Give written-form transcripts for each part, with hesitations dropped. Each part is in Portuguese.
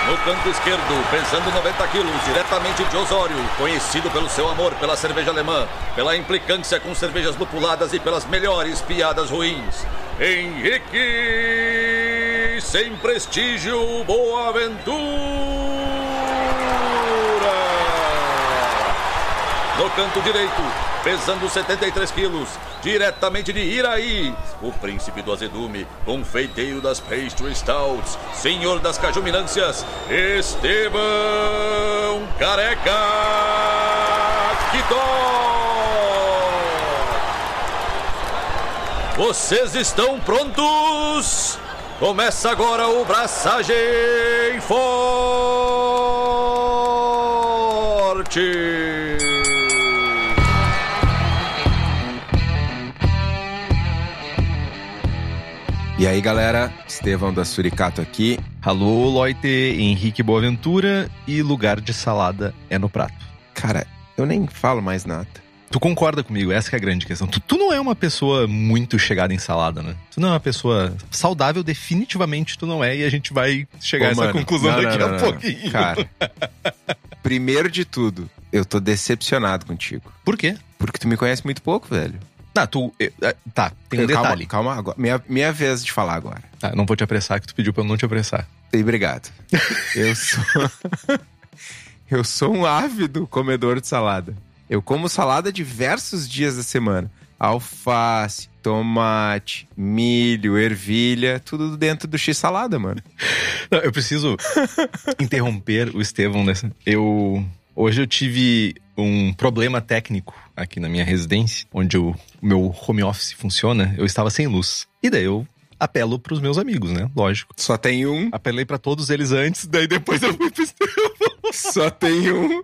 No canto esquerdo, pesando 90 quilos, diretamente de Osório, conhecido pelo seu amor pela cerveja alemã, pela implicância com cervejas lupuladas e pelas melhores piadas ruins, Henrique Sem Prestígio Boaventura. No canto direito, pesando 73 quilos, diretamente de Iraí, o príncipe do azedume, confeiteiro das pastry stouts, senhor das cajuminâncias, Estevão Careca Quitó. Vocês estão prontos? Começa agora o Braçagem Forte. E aí, galera, Estevão da Suricato aqui. Alô, Loite, Henrique Boaventura, e lugar de salada é no prato. Cara, eu nem falo mais nada. Tu concorda comigo? Essa que é a grande questão. Tu não é uma pessoa muito chegada em salada, né? Tu não é uma pessoa saudável, definitivamente tu não é, e a gente vai chegar a essa conclusão daqui a pouquinho. Cara, primeiro de tudo, eu tô decepcionado contigo. Por quê? Porque tu me conhece muito pouco, velho. Tá, tem um detalhe. Calma agora. Minha vez de falar agora. Tá, não vou te apressar, que tu pediu pra eu não te apressar. E obrigado. Eu sou um ávido comedor de salada. Eu como salada diversos dias da semana. Alface, tomate, milho, ervilha, tudo dentro do X-salada, mano. Não, eu preciso interromper o Estevão nessa... Hoje eu tive um problema técnico aqui na minha residência, onde o meu home office funciona. Eu estava sem luz. E daí eu apelo pros meus amigos, né? Lógico. Só tem um. Apelei pra todos eles antes, daí depois eu fui pro Estevão. Só tem um.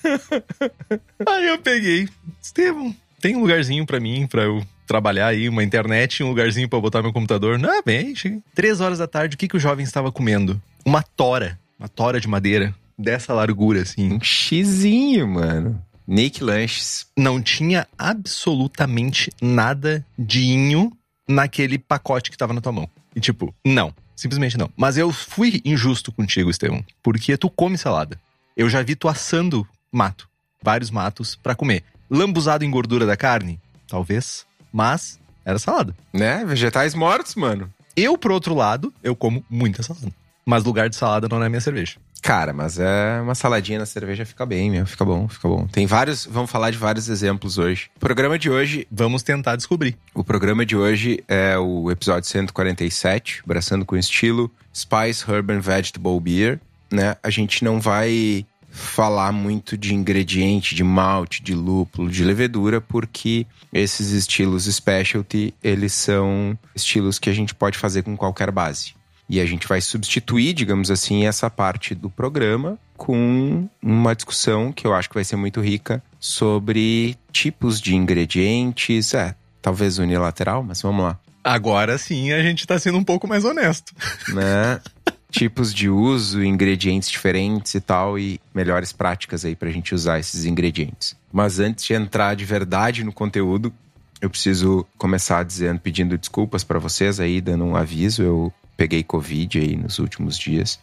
Aí eu peguei. Estevão, tem um lugarzinho pra mim, pra eu trabalhar aí, uma internet, um lugarzinho pra eu botar meu computador. Não, bem, cheguei. 3 horas da tarde, o que o jovem estava comendo? Uma tora de madeira. Dessa largura, assim. Um xizinho, mano. Nick Lanches. Não tinha absolutamente nada de inho naquele pacote que tava na tua mão. E tipo, não. Simplesmente não. Mas eu fui injusto contigo, Estevão. Porque tu come salada. Eu já vi tu assando mato. Vários matos pra comer. Lambuzado em gordura da carne? Talvez. Mas era salada. Né? Vegetais mortos, mano. Eu, por outro lado, eu como muita salada. Mas lugar de salada não é minha cerveja. Cara, mas é uma saladinha na cerveja fica bem, meu. Fica bom. Tem vários... Vamos falar de vários exemplos hoje. O programa de hoje... Vamos tentar descobrir. O programa de hoje é o episódio 147, Braçando com Estilo, Spice Herb and Vegetable Beer, né? A gente não vai falar muito de ingrediente, de malte, de lúpulo, de levedura, porque esses estilos specialty, eles são estilos que a gente pode fazer com qualquer base. E a gente vai substituir, digamos assim, essa parte do programa com uma discussão que eu acho que vai ser muito rica sobre tipos de ingredientes. Talvez unilateral, mas vamos lá. Agora sim a gente tá sendo um pouco mais honesto. Né? Tipos de uso, ingredientes diferentes e tal, e melhores práticas aí pra gente usar esses ingredientes. Mas antes de entrar de verdade no conteúdo, eu preciso começar pedindo desculpas pra vocês aí, dando um aviso. Eu peguei Covid aí nos últimos dias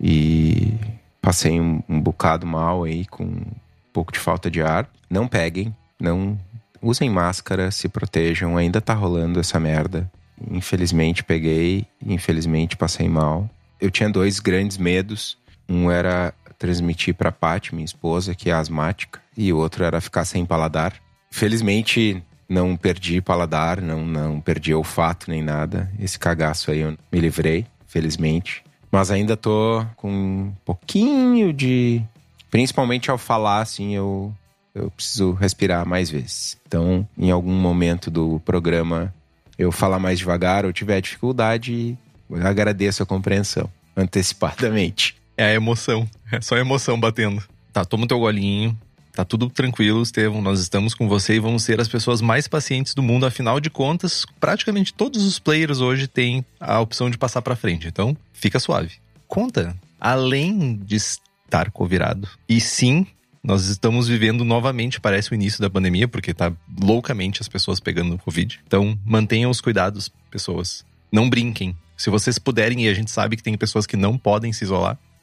e passei um bocado mal aí, com um pouco de falta de ar. Não peguem, não usem máscara, se protejam, ainda tá rolando essa merda. Infelizmente peguei, infelizmente passei mal. Eu tinha 2 grandes medos. Um era transmitir pra Paty, minha esposa, que é asmática, e o outro era ficar sem paladar. Felizmente não perdi paladar, não perdi olfato nem nada. Esse cagaço aí eu me livrei, felizmente. Mas ainda tô com um pouquinho de... Principalmente ao falar, assim, eu preciso respirar mais vezes. Então, em algum momento do programa, eu falar mais devagar ou tiver dificuldade, eu agradeço a compreensão, antecipadamente. É a emoção, é só a emoção batendo. Tá, toma o teu golinho. Tá tudo tranquilo, Estevão, nós estamos com você e vamos ser as pessoas mais pacientes do mundo. Afinal de contas, praticamente todos os players hoje têm a opção de passar pra frente. Então, fica suave. Conta, além de estar covirado, e sim, nós estamos vivendo novamente, parece o início da pandemia, porque tá loucamente as pessoas pegando Covid. Então, mantenham os cuidados, pessoas. Não brinquem. Se vocês puderem, e a gente sabe que tem pessoas que não podem se isolar,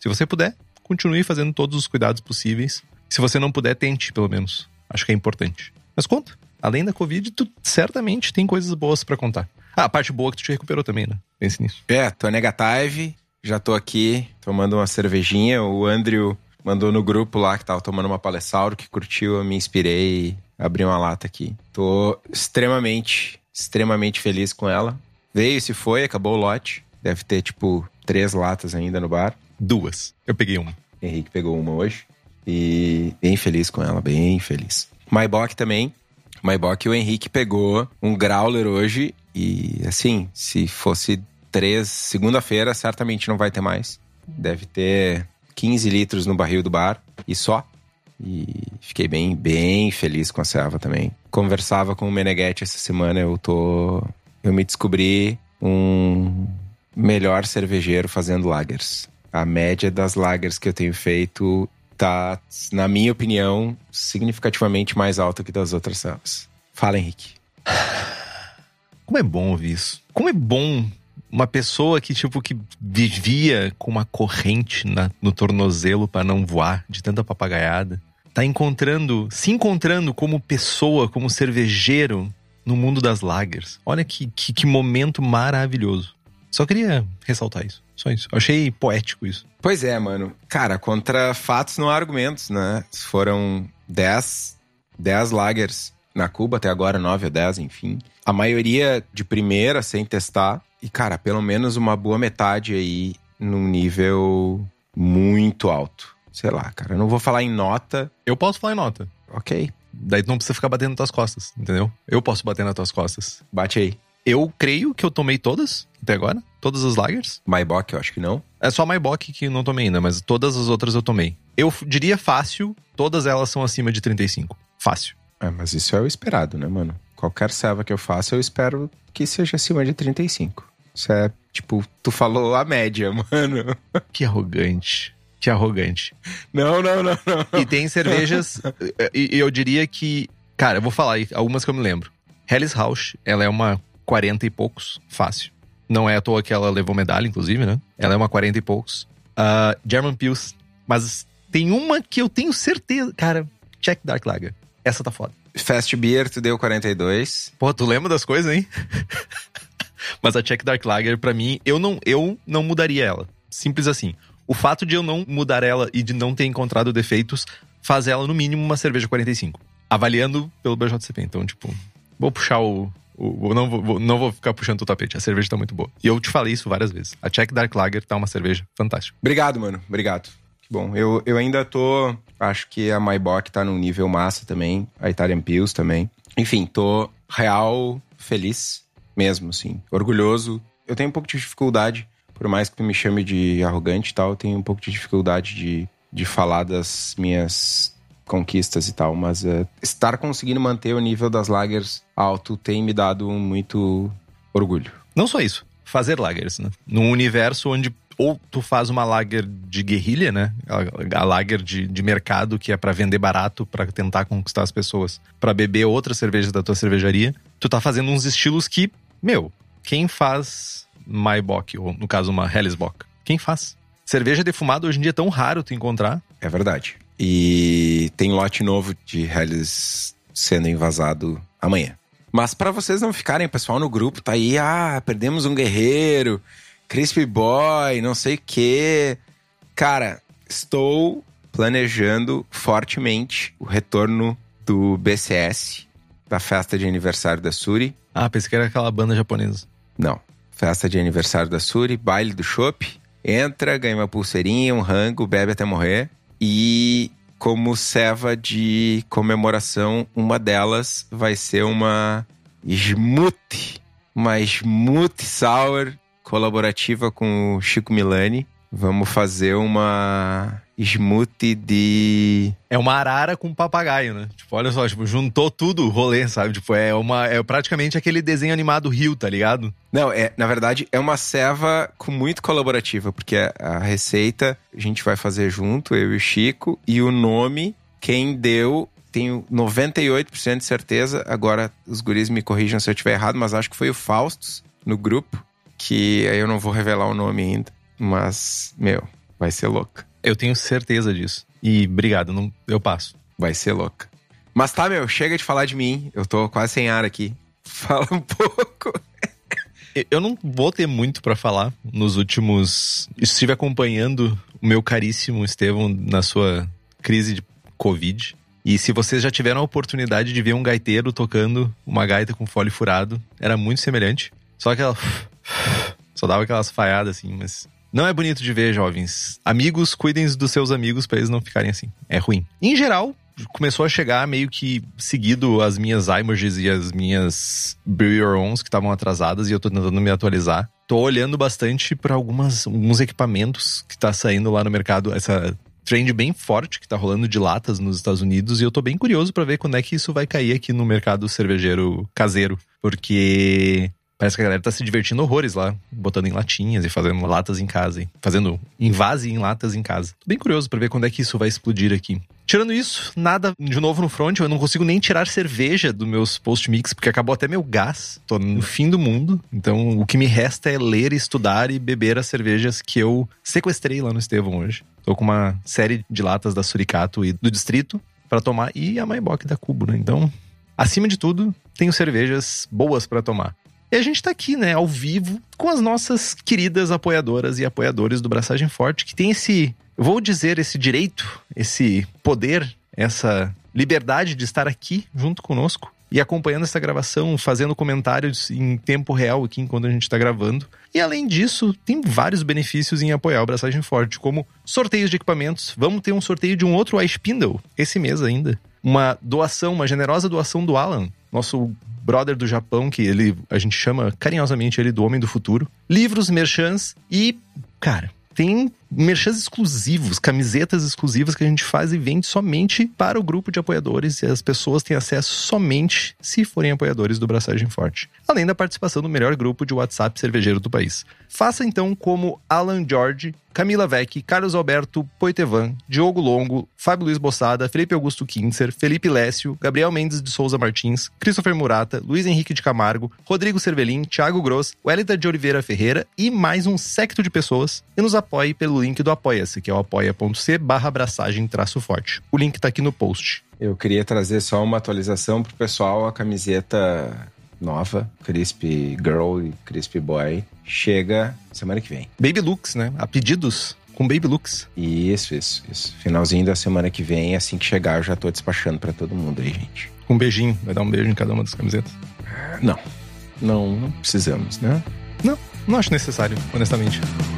Se você puder, continue fazendo todos os cuidados possíveis. Se você não puder, tente, pelo menos. Acho que é importante. Mas conta. Além da Covid, tu certamente tem coisas boas pra contar. Ah, a parte boa é que tu te recuperou também, né? Pense nisso. Tô negative, já tô aqui tomando uma cervejinha. O Andrew mandou no grupo lá que tava tomando uma Palessauro, que curtiu, eu me inspirei e abri uma lata aqui. Tô extremamente feliz com ela. Veio, se foi, acabou o lote. Deve ter, 3 latas ainda no bar. 2. Eu peguei uma. Henrique pegou uma hoje. E bem feliz com ela, bem feliz. Maibach também. Maibach, o Henrique pegou um growler hoje. E assim, se fosse 3 segunda-feira, certamente não vai ter mais. Deve ter 15 litros no barril do bar e só. E fiquei bem feliz com a serva também. Conversava com o Meneghetti essa semana, eu me descobri um melhor cervejeiro fazendo lagers. A média das lagers que eu tenho feito tá, na minha opinião, significativamente mais alta que das outras servas. Fala, Henrique. Como é bom ouvir isso. Como é bom uma pessoa que vivia com uma corrente no tornozelo para não voar de tanta papagaiada, tá se encontrando como pessoa, como cervejeiro no mundo das lagers. Olha que momento maravilhoso. Só queria ressaltar isso. Só isso. Eu achei poético isso. Pois é, mano. Cara, contra fatos não há argumentos, né? Foram 10 lagers na Cuba até agora, 9 ou 10, enfim. A maioria de primeira, sem testar. E, cara, pelo menos uma boa metade aí num nível muito alto. Sei lá, cara. Eu não vou falar em nota. Eu posso falar em nota. Ok. Daí tu não precisa ficar batendo nas tuas costas, entendeu? Eu posso bater nas tuas costas. Bate aí. Eu creio que eu tomei todas, até agora. Todas as lagers. Maibach, eu acho que não. É só a Maibach que não tomei ainda, mas todas as outras eu tomei. Eu diria fácil, todas elas são acima de 35. Fácil. Mas isso é o esperado, né, mano? Qualquer serva que eu faça, eu espero que seja acima de 35. Isso é, tu falou a média, mano. Que arrogante. Que arrogante. Não. E tem cervejas, e eu diria que... Cara, eu vou falar aí algumas que eu me lembro. Helles Rausch, ela é uma 40 e poucos, fácil. Não é à toa que ela levou medalha, inclusive, né? Ela é uma 40 e poucos. German Pils. Mas tem uma que eu tenho certeza... Cara, Czech Dark Lager. Essa tá foda. Fast Beer, tu deu 42. Pô, tu lembra das coisas, hein? Mas a Czech Dark Lager, pra mim, eu não mudaria ela. Simples assim. O fato de eu não mudar ela e de não ter encontrado defeitos faz ela, no mínimo, uma cerveja 45. Avaliando pelo BJCP. Então, vou puxar não vou ficar puxando o tapete. A cerveja tá muito boa. E eu te falei isso várias vezes. A Czech Dark Lager tá uma cerveja fantástica. Obrigado, mano. Obrigado. Que bom. Eu ainda tô... Acho que a Maibach tá num nível massa também. A Italian Pils também. Enfim, tô real feliz mesmo, assim. Orgulhoso. Eu tenho um pouco de dificuldade, por mais que tu me chame de arrogante e tal, eu tenho um pouco de dificuldade de falar das minhas conquistas e tal, mas estar conseguindo manter o nível das lagers alto tem me dado muito orgulho. Não só isso, fazer lagers, né? Num universo onde ou tu faz uma lager de guerrilha, né? A lager de mercado, que é pra vender barato, pra tentar conquistar as pessoas, pra beber outras cervejas da tua cervejaria. Tu tá fazendo uns estilos que, quem faz Maibach, ou no caso uma Hellesbock? Quem faz? Cerveja defumada hoje em dia é tão raro tu encontrar. É verdade. E tem lote novo de Helles sendo invasado amanhã. Mas pra vocês não ficarem, o pessoal no grupo tá aí, perdemos um guerreiro, Crispy Boy, não sei o quê. Cara, estou planejando fortemente o retorno do BCS, da festa de aniversário da Suri. Pensei que era aquela banda japonesa. Não. Festa de aniversário da Suri, baile do chopp. Entra, ganha uma pulseirinha, um rango, bebe até morrer. E como ceva de comemoração, uma delas vai ser uma smoothie. Uma smoothie sour colaborativa com o Chico Milani. Vamos fazer uma smoothie de... É uma arara com papagaio, né? Olha só, juntou tudo o rolê, sabe? É praticamente aquele desenho animado Rio, tá ligado? Não, na verdade, é uma ceva muito colaborativa, porque a receita a gente vai fazer junto, eu e o Chico, e o nome, quem deu, tenho 98% de certeza, agora os guris me corrijam se eu estiver errado, mas acho que foi o Faustus, no grupo, que aí eu não vou revelar o nome ainda. Mas, Vai ser louca. Eu tenho certeza disso. E obrigado, eu passo. Vai ser louca. Mas tá, chega de falar de mim. Eu tô quase sem ar aqui. Fala um pouco. Eu não vou ter muito pra falar nos últimos... Estive acompanhando o meu caríssimo Estevão na sua crise de Covid. E se vocês já tiveram a oportunidade de ver um gaiteiro tocando uma gaita com fole furado, era muito semelhante. Só que ela... Só dava aquelas falhadas assim, mas... Não é bonito de ver, jovens. Amigos, cuidem dos seus amigos pra eles não ficarem assim. É ruim. Em geral, começou a chegar meio que seguido as minhas iMerges e as minhas Brew Your Owns que estavam atrasadas e eu tô tentando me atualizar. Tô olhando bastante pra alguns equipamentos que tá saindo lá no mercado. Essa trend bem forte que tá rolando de latas nos Estados Unidos. E eu tô bem curioso pra ver quando é que isso vai cair aqui no mercado cervejeiro caseiro. Porque... Parece que a galera tá se divertindo horrores lá, botando em latinhas e fazendo latas em casa, fazendo invase em latas em casa. Tô bem curioso pra ver quando é que isso vai explodir aqui. Tirando isso, nada de novo no front. Eu não consigo nem tirar cerveja dos meus post-mix, porque acabou até meu gás. Tô no fim do mundo. Então, o que me resta é ler, estudar e beber as cervejas que eu sequestrei lá no Estevão hoje. Tô com uma série de latas da Suricato e do Distrito pra tomar e a Maibock da Cubo, né? Então, acima de tudo, tenho cervejas boas pra tomar. E a gente tá aqui, né, ao vivo, com as nossas queridas apoiadoras e apoiadores do Braçagem Forte, que tem esse, vou dizer, esse direito, esse poder, essa liberdade de estar aqui junto conosco e acompanhando essa gravação, fazendo comentários em tempo real aqui enquanto a gente tá gravando. E além disso, tem vários benefícios em apoiar o Braçagem Forte, como sorteios de equipamentos. Vamos ter um sorteio de um outro iSpindle esse mês ainda. Uma doação, uma generosa doação do Alan, nosso brother do Japão, que a gente chama carinhosamente ele do Homem do Futuro. Livros, merchans e, cara, tem merchans exclusivos, camisetas exclusivas que a gente faz e vende somente para o grupo de apoiadores, e as pessoas têm acesso somente se forem apoiadores do Braçagem Forte. Além da participação do melhor grupo de WhatsApp cervejeiro do país. Faça então como Alan George, Camila Vec, Carlos Alberto Poitevan, Diogo Longo, Fábio Luiz Bossada, Felipe Augusto Kintzer, Felipe Lécio, Gabriel Mendes de Souza Martins, Christopher Murata, Luiz Henrique de Camargo, Rodrigo Cervelin, Thiago Gross, Wellington de Oliveira Ferreira e mais um séquito de pessoas, e nos apoie pelo link do Apoia-se, que é o apoia.c/braçagem-forte. O link tá aqui no post. Eu queria trazer só uma atualização pro pessoal. A camiseta nova, Crispy Girl e Crispy Boy, chega semana que vem. Baby Lux, né? A pedidos com Baby Lux. Isso. Finalzinho da semana que vem, assim que chegar, eu já tô despachando pra todo mundo aí, gente. Um beijinho. Vai dar um beijo em cada uma das camisetas? Não precisamos, né? Não acho necessário, honestamente.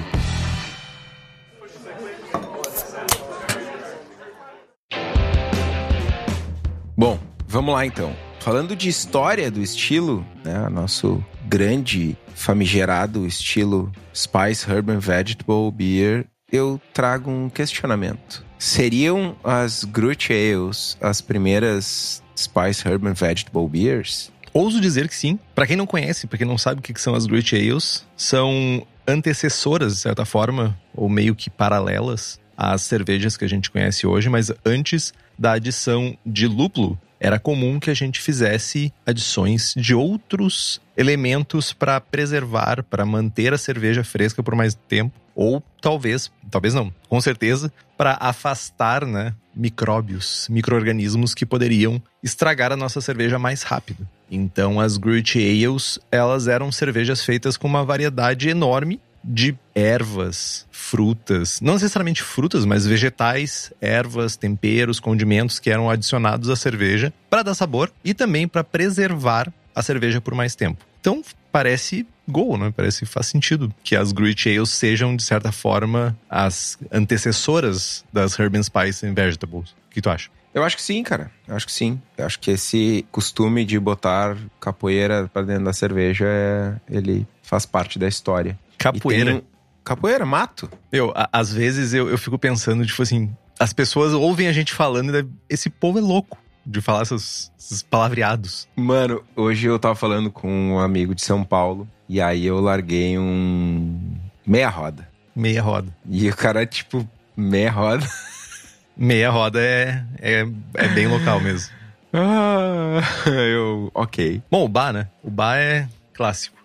Bom, vamos lá então. Falando de história do estilo, né, nosso grande famigerado estilo Spice Herb and Vegetable Beer, eu trago um questionamento. Seriam as Gruit Ales as primeiras Spice Herb and Vegetable Beers? Ouso dizer que sim. Pra quem não conhece, pra quem não sabe o que são as Gruit Ales, são antecessoras, de certa forma, ou meio que paralelas às cervejas que a gente conhece hoje, mas antes da adição de lúpulo, era comum que a gente fizesse adições de outros elementos para preservar, para manter a cerveja fresca por mais tempo, ou talvez não, com certeza, para afastar, né, micróbios, micro-organismos que poderiam estragar a nossa cerveja mais rápido. Então as Gruit Ales, elas eram cervejas feitas com uma variedade enorme de ervas, frutas, não necessariamente frutas, mas vegetais, ervas, temperos, condimentos que eram adicionados à cerveja para dar sabor e também para preservar a cerveja por mais tempo. Então parece né? Parece que faz sentido que as Gruit Ales sejam, de certa forma, as antecessoras das Herb and Spice and Vegetables. O que tu acha? Eu acho que sim, cara. Eu acho que sim. Eu acho que esse costume de botar capoeira pra dentro da cerveja, ele faz parte da história. Capoeira? Capoeira, mato. Às vezes eu fico pensando, tipo assim, as pessoas ouvem a gente falando e esse povo é louco de falar esses palavreados. Mano, hoje eu tava falando com um amigo de São Paulo e aí eu larguei um meia roda. Meia roda. E o cara, tipo, meia roda. Meia roda é bem local mesmo. Ok. Bom, o bar, né? O bar é clássico.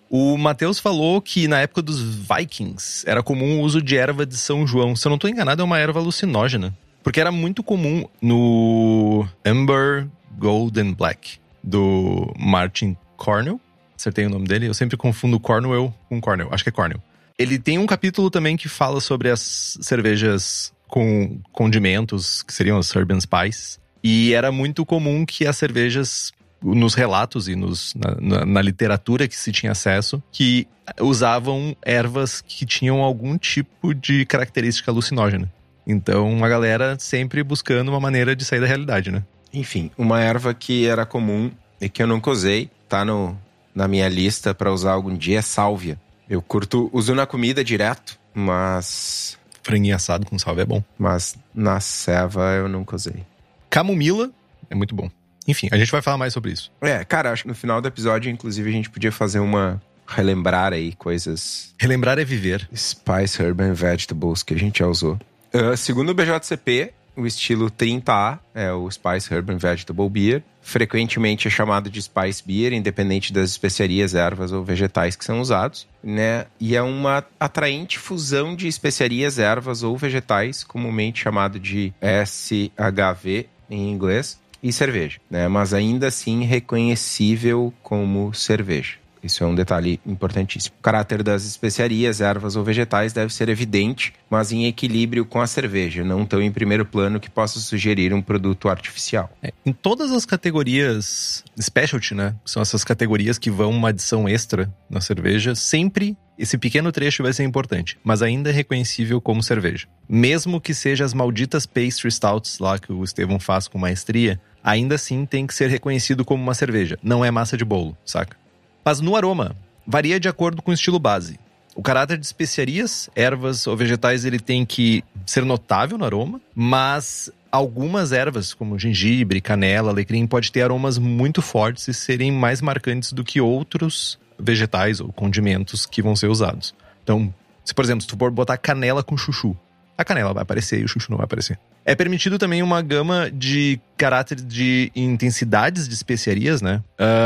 O Matheus falou que na época dos Vikings era comum o uso de erva de São João. Se eu não estou enganado, é uma erva alucinógena. Porque era muito comum no Amber, Gold and Black, do Martin Cornwell. Acertei o nome dele. Eu sempre confundo Cornwell com Cornell. Acho que é Cornell. Ele tem um capítulo também que fala sobre as cervejas com condimentos, que seriam as Herb and Spice. E era muito comum que as cervejas, nos relatos e na literatura que se tinha acesso, que usavam ervas que tinham algum tipo de característica alucinógena. Então, a galera sempre buscando uma maneira de sair da realidade, né? Enfim, uma erva que era comum e que eu nunca usei, tá na minha lista pra usar algum dia, é sálvia. Eu uso na comida direto, mas... Franguinho assado com sálvia é bom. Mas na ceva eu nunca usei. Camomila é muito bom. Enfim, a gente vai falar mais sobre isso. Cara, acho que no final do episódio, inclusive, a gente podia fazer relembrar aí coisas... Relembrar é viver. Spice, Herb and Vegetables, que a gente já usou. Segundo o BJCP, o estilo 30A é o Spice, Herb and Vegetable Beer. Frequentemente é chamado de Spice Beer, independente das especiarias, ervas ou vegetais que são usados, né? E é uma atraente fusão de especiarias, ervas ou vegetais, comumente chamado de SHV em inglês, e cerveja, né? Mas ainda assim reconhecível como cerveja. Isso é um detalhe importantíssimo. O caráter das especiarias, ervas ou vegetais deve ser evidente, mas em equilíbrio com a cerveja, não tão em primeiro plano que possa sugerir um produto artificial. Em todas as categorias specialty, né? São essas categorias que vão uma adição extra na cerveja, sempre esse pequeno trecho vai ser importante, mas ainda é reconhecível como cerveja. Mesmo que seja as malditas pastry stouts lá que o Estevão faz com maestria, ainda assim tem que ser reconhecido como uma cerveja. Não é massa de bolo, saca? Mas no aroma, varia de acordo com o estilo base. O caráter de especiarias, ervas ou vegetais, ele tem que ser notável no aroma, mas algumas ervas, como gengibre, canela, alecrim, pode ter aromas muito fortes e serem mais marcantes do que outros vegetais ou condimentos que vão ser usados. Então, se por exemplo, se tu for botar canela com chuchu, a canela vai aparecer e o chuchu não vai aparecer. É permitido também uma gama de caráter de intensidades de especiarias, né?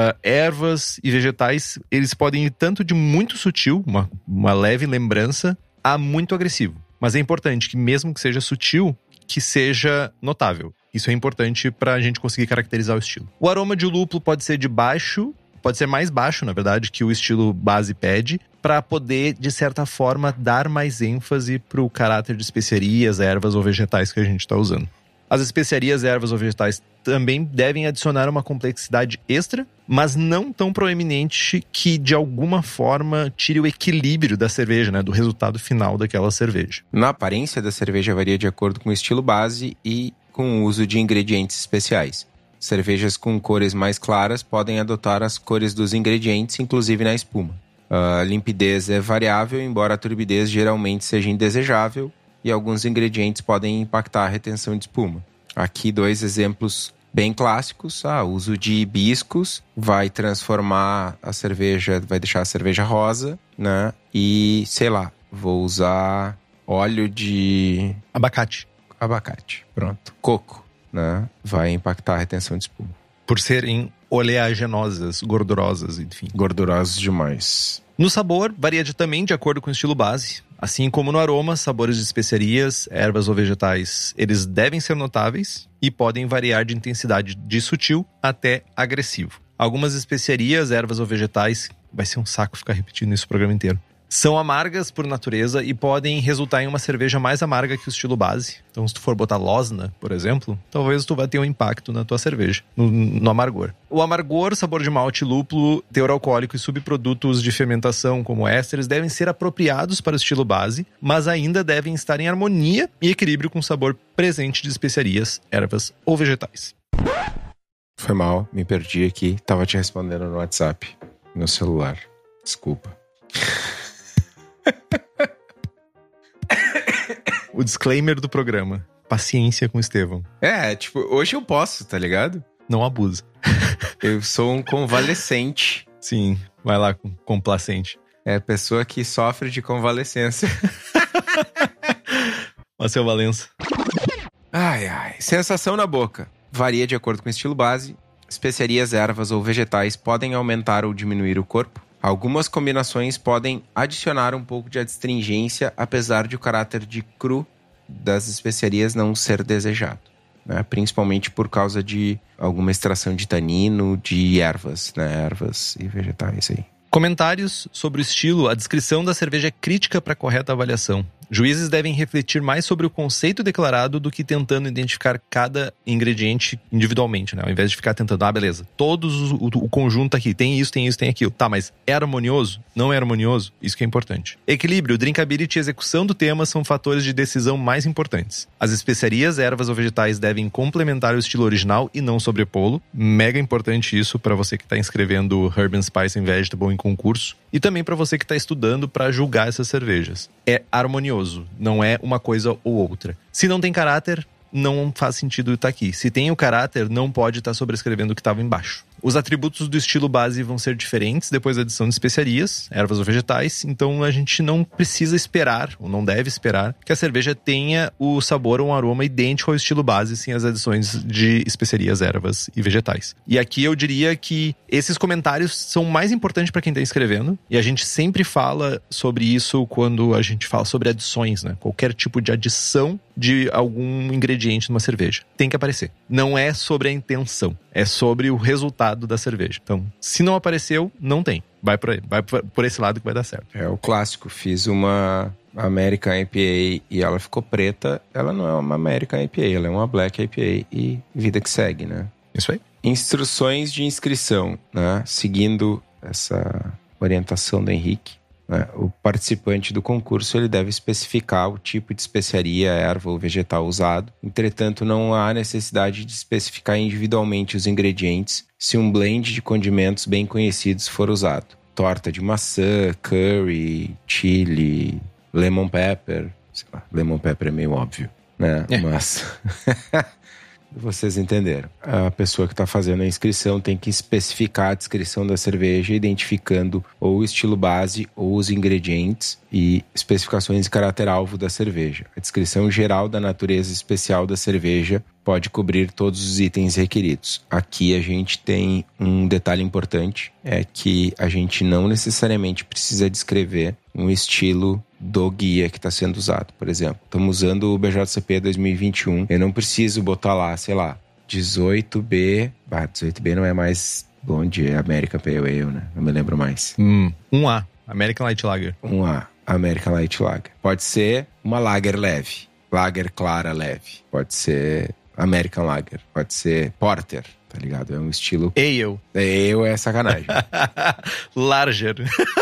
Ervas e vegetais, eles podem ir tanto de muito sutil, uma leve lembrança, a muito agressivo. Mas é importante que mesmo que seja sutil, que seja notável. Isso é importante para a gente conseguir caracterizar o estilo. O aroma de lúpulo pode ser de baixo, pode ser mais baixo, na verdade, que o estilo base pede, para poder, de certa forma, dar mais ênfase para o caráter de especiarias, ervas ou vegetais que a gente está usando. As especiarias, ervas ou vegetais também devem adicionar uma complexidade extra, mas não tão proeminente que, de alguma forma, tire o equilíbrio da cerveja, né, do resultado final daquela cerveja. Na aparência da cerveja varia de acordo com o estilo base e com o uso de ingredientes especiais. Cervejas com cores mais claras podem adotar as cores dos ingredientes, inclusive na espuma. A limpidez é variável, embora a turbidez geralmente seja indesejável, e alguns ingredientes podem impactar a retenção de espuma. Aqui 2 exemplos bem clássicos. O uso de hibiscos vai transformar a cerveja, vai deixar a cerveja rosa, né? E, sei lá, vou usar óleo de... Abacate, pronto. Coco, né? Vai impactar a retenção de espuma. por serem oleaginosas, gordurosas, enfim. Gordurosas demais. No sabor, varia também de acordo com o estilo base. Assim como no aroma, sabores de especiarias, ervas ou vegetais, eles devem ser notáveis e podem variar de intensidade de sutil até agressivo. Algumas especiarias, ervas ou vegetais, vai ser um saco ficar repetindo isso o programa inteiro, são amargas por natureza e podem resultar em uma cerveja mais amarga que o estilo base. Então, se tu for botar losna, por exemplo, talvez tu vai ter um impacto na tua cerveja, no amargor. O amargor, sabor de malte, lúpulo, teor alcoólico e subprodutos de fermentação, como ésteres, devem ser apropriados para o estilo base, mas ainda devem estar em harmonia e equilíbrio com o sabor presente de especiarias, ervas ou vegetais. Foi mal, me perdi aqui. Tava te respondendo no WhatsApp, no celular. Desculpa. O disclaimer do programa. Paciência com o Estevão. Tipo, hoje eu posso, tá ligado? Não abusa. Eu sou um convalescente. Sim, vai lá, complacente. É a pessoa que sofre de convalescença. Marcel Valença. Ai. Sensação na boca. Varia de acordo com o estilo base. Especiarias, ervas ou vegetais podem aumentar ou diminuir o corpo. Algumas combinações podem adicionar um pouco de adstringência, apesar de o caráter de cru das especiarias não ser desejado, né? Principalmente por causa de alguma extração de tanino, de ervas, né? Ervas e vegetais aí. Comentários sobre o estilo. A descrição da cerveja é crítica para a correta avaliação. Juízes devem refletir mais sobre o conceito declarado do que tentando identificar cada ingrediente individualmente, né? Ao invés de ficar tentando, beleza, o conjunto aqui, tem isso, tem aquilo. Tá, mas é harmonioso? Não é harmonioso? Isso que é importante. Equilíbrio, drinkability e execução do tema são fatores de decisão mais importantes. As especiarias, ervas ou vegetais devem complementar o estilo original e não sobrepô-lo. Mega importante isso para você que está inscrevendo Herb and Spice and Vegetable em concurso. E também para você que está estudando para julgar essas cervejas. É harmonioso, não é uma coisa ou outra. Se não tem caráter, não faz sentido estar aqui. Se tem o caráter, não pode estar sobrescrevendo o que estava embaixo. Os atributos do estilo base vão ser diferentes depois da adição de especiarias, ervas ou vegetais, então a gente não precisa esperar, ou não deve esperar, que a cerveja tenha o sabor ou um aroma idêntico ao estilo base sem as adições de especiarias, ervas e vegetais. E aqui eu diria que esses comentários são mais importantes para quem está escrevendo, e a gente sempre fala sobre isso quando a gente fala sobre adições, né? Qualquer tipo de adição de algum ingrediente numa cerveja tem que aparecer. Não é sobre a intenção, é sobre o resultado da cerveja. Então, se não apareceu, não tem. Vai por esse lado que vai dar certo. É o clássico. Fiz uma American IPA e ela ficou preta. Ela não é uma American IPA, ela é uma Black IPA e vida que segue, né? Isso aí. Instruções de inscrição, né? Seguindo essa orientação do Henrique, né? O participante do concurso ele deve especificar o tipo de especiaria, erva ou vegetal usado. Entretanto, não há necessidade de especificar individualmente os ingredientes se um blend de condimentos bem conhecidos for usado. Torta de maçã, curry, chili, lemon pepper. Sei lá, lemon pepper é meio óbvio, né? Mas vocês entenderam. A pessoa que está fazendo a inscrição tem que especificar a descrição da cerveja, identificando ou o estilo base ou os ingredientes e especificações de caráter-alvo da cerveja. A descrição geral da natureza especial da cerveja pode cobrir todos os itens requeridos. Aqui a gente tem um detalhe importante, é que a gente não necessariamente precisa descrever um estilo do guia que está sendo usado. Por exemplo, estamos usando o BJCP 2021, eu não preciso botar lá, sei lá, 18B... 18B não é mais blonde, é American Pale Ale, né? Não me lembro mais. 1A, American Light Lager. 1A, American Light Lager. Pode ser uma lager leve, lager clara leve. Pode ser American Lager, pode ser Porter, tá ligado? É um estilo... Ale. Ale é sacanagem. Larger.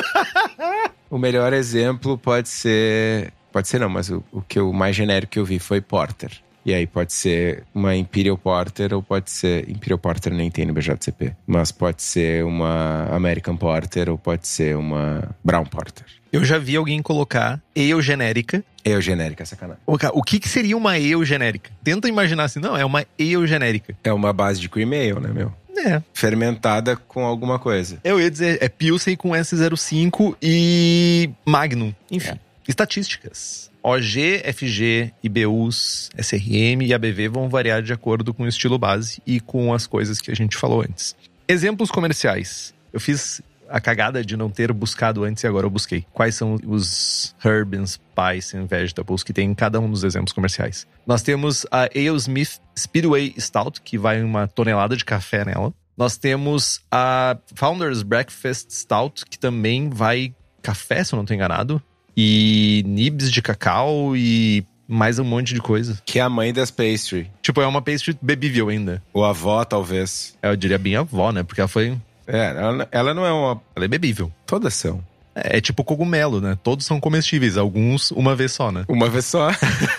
O melhor exemplo pode ser... Pode ser não, mas o mais genérico que eu vi foi Porter. E aí pode ser uma Imperial Porter ou pode ser... Imperial Porter nem tem no BJCP. Mas pode ser uma American Porter ou pode ser uma Brown Porter. Eu já vi alguém colocar ale genérica. Ale genérica, sacanagem. O que seria uma ale genérica? Tenta imaginar assim, não, é uma ale genérica. É uma base de cream ale, né, meu? É. Fermentada com alguma coisa. Eu ia dizer, é Pilsen com S05 e Magnum. Enfim, estatísticas. OG, FG, IBUs, SRM e ABV vão variar de acordo com o estilo base e com as coisas que a gente falou antes. Exemplos comerciais. Eu fiz a cagada de não ter buscado antes e agora eu busquei. Quais são os Herb and Spice and Vegetables que tem em cada um dos exemplos comerciais? Nós temos a AleSmith Speedway Stout, que vai 1 tonelada de café nela. Nós temos a Founder's Breakfast Stout, que também vai café, se eu não estou enganado. E nibs de cacau e mais um monte de coisa. Que é a mãe das pastry. Tipo, é uma pastry bebível ainda. Ou avó, talvez. Eu diria bem avó, né? Porque ela foi... ela não é uma... Ela é bebível. Todas são. É tipo cogumelo, né? Todos são comestíveis. Alguns uma vez só, né? Uma vez só.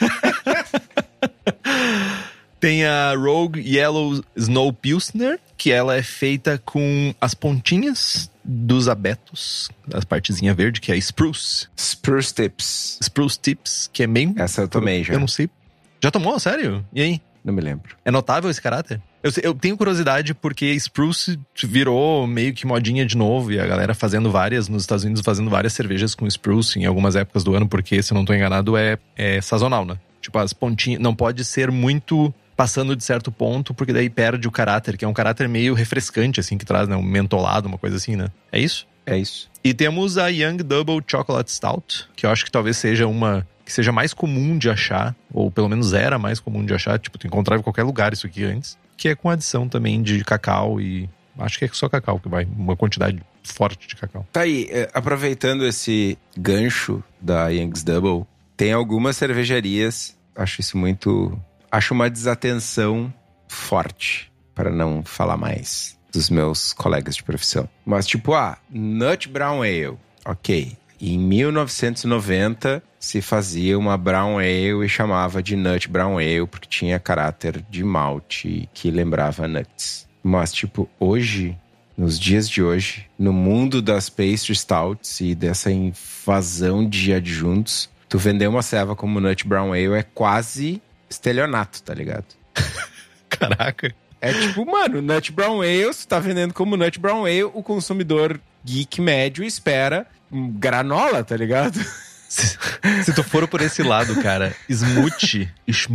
Tem a Rogue Yellow Snow Pilsner, que ela é feita com as pontinhas dos abetos, as partezinhas verdes, que é Spruce. Spruce Tips. Spruce Tips, que é bem... Essa eu tomei já. Eu não sei. Já tomou? Sério? E aí? Não me lembro. É notável esse caráter? Eu tenho curiosidade porque Spruce virou meio que modinha de novo e a galera fazendo várias, nos Estados Unidos, fazendo várias cervejas com Spruce em algumas épocas do ano, porque, se eu não tô enganado, é sazonal, né? Tipo, as pontinhas... Não pode ser muito passando de certo ponto, porque daí perde o caráter, que é um caráter meio refrescante, assim, que traz, né? Um mentolado, uma coisa assim, né? É isso? É isso. E temos a Young Double Chocolate Stout, que eu acho que talvez seja uma que seja mais comum de achar, ou pelo menos era mais comum de achar, tipo, tu encontrava em qualquer lugar isso aqui antes, que é com adição também de cacau e acho que é só cacau que vai, uma quantidade forte de cacau. Tá aí, aproveitando esse gancho da Young's Double, tem algumas cervejarias, acho uma desatenção forte, para não falar mais dos meus colegas de profissão. Mas tipo, Nut Brown Ale, ok. Em 1990 se fazia uma Brown Ale e chamava de Nut Brown Ale, porque tinha caráter de malte que lembrava nuts. Mas tipo, hoje, nos dias de hoje, no mundo das pastry stouts e dessa invasão de adjuntos, tu vender uma ceva como Nut Brown Ale é quase estelionato, tá ligado? Caraca. É tipo, mano, Nut Brown Ale, se tu tá vendendo como Nut Brown Ale, o consumidor geek médio espera granola, tá ligado? Se tu for por esse lado, cara, Smoothie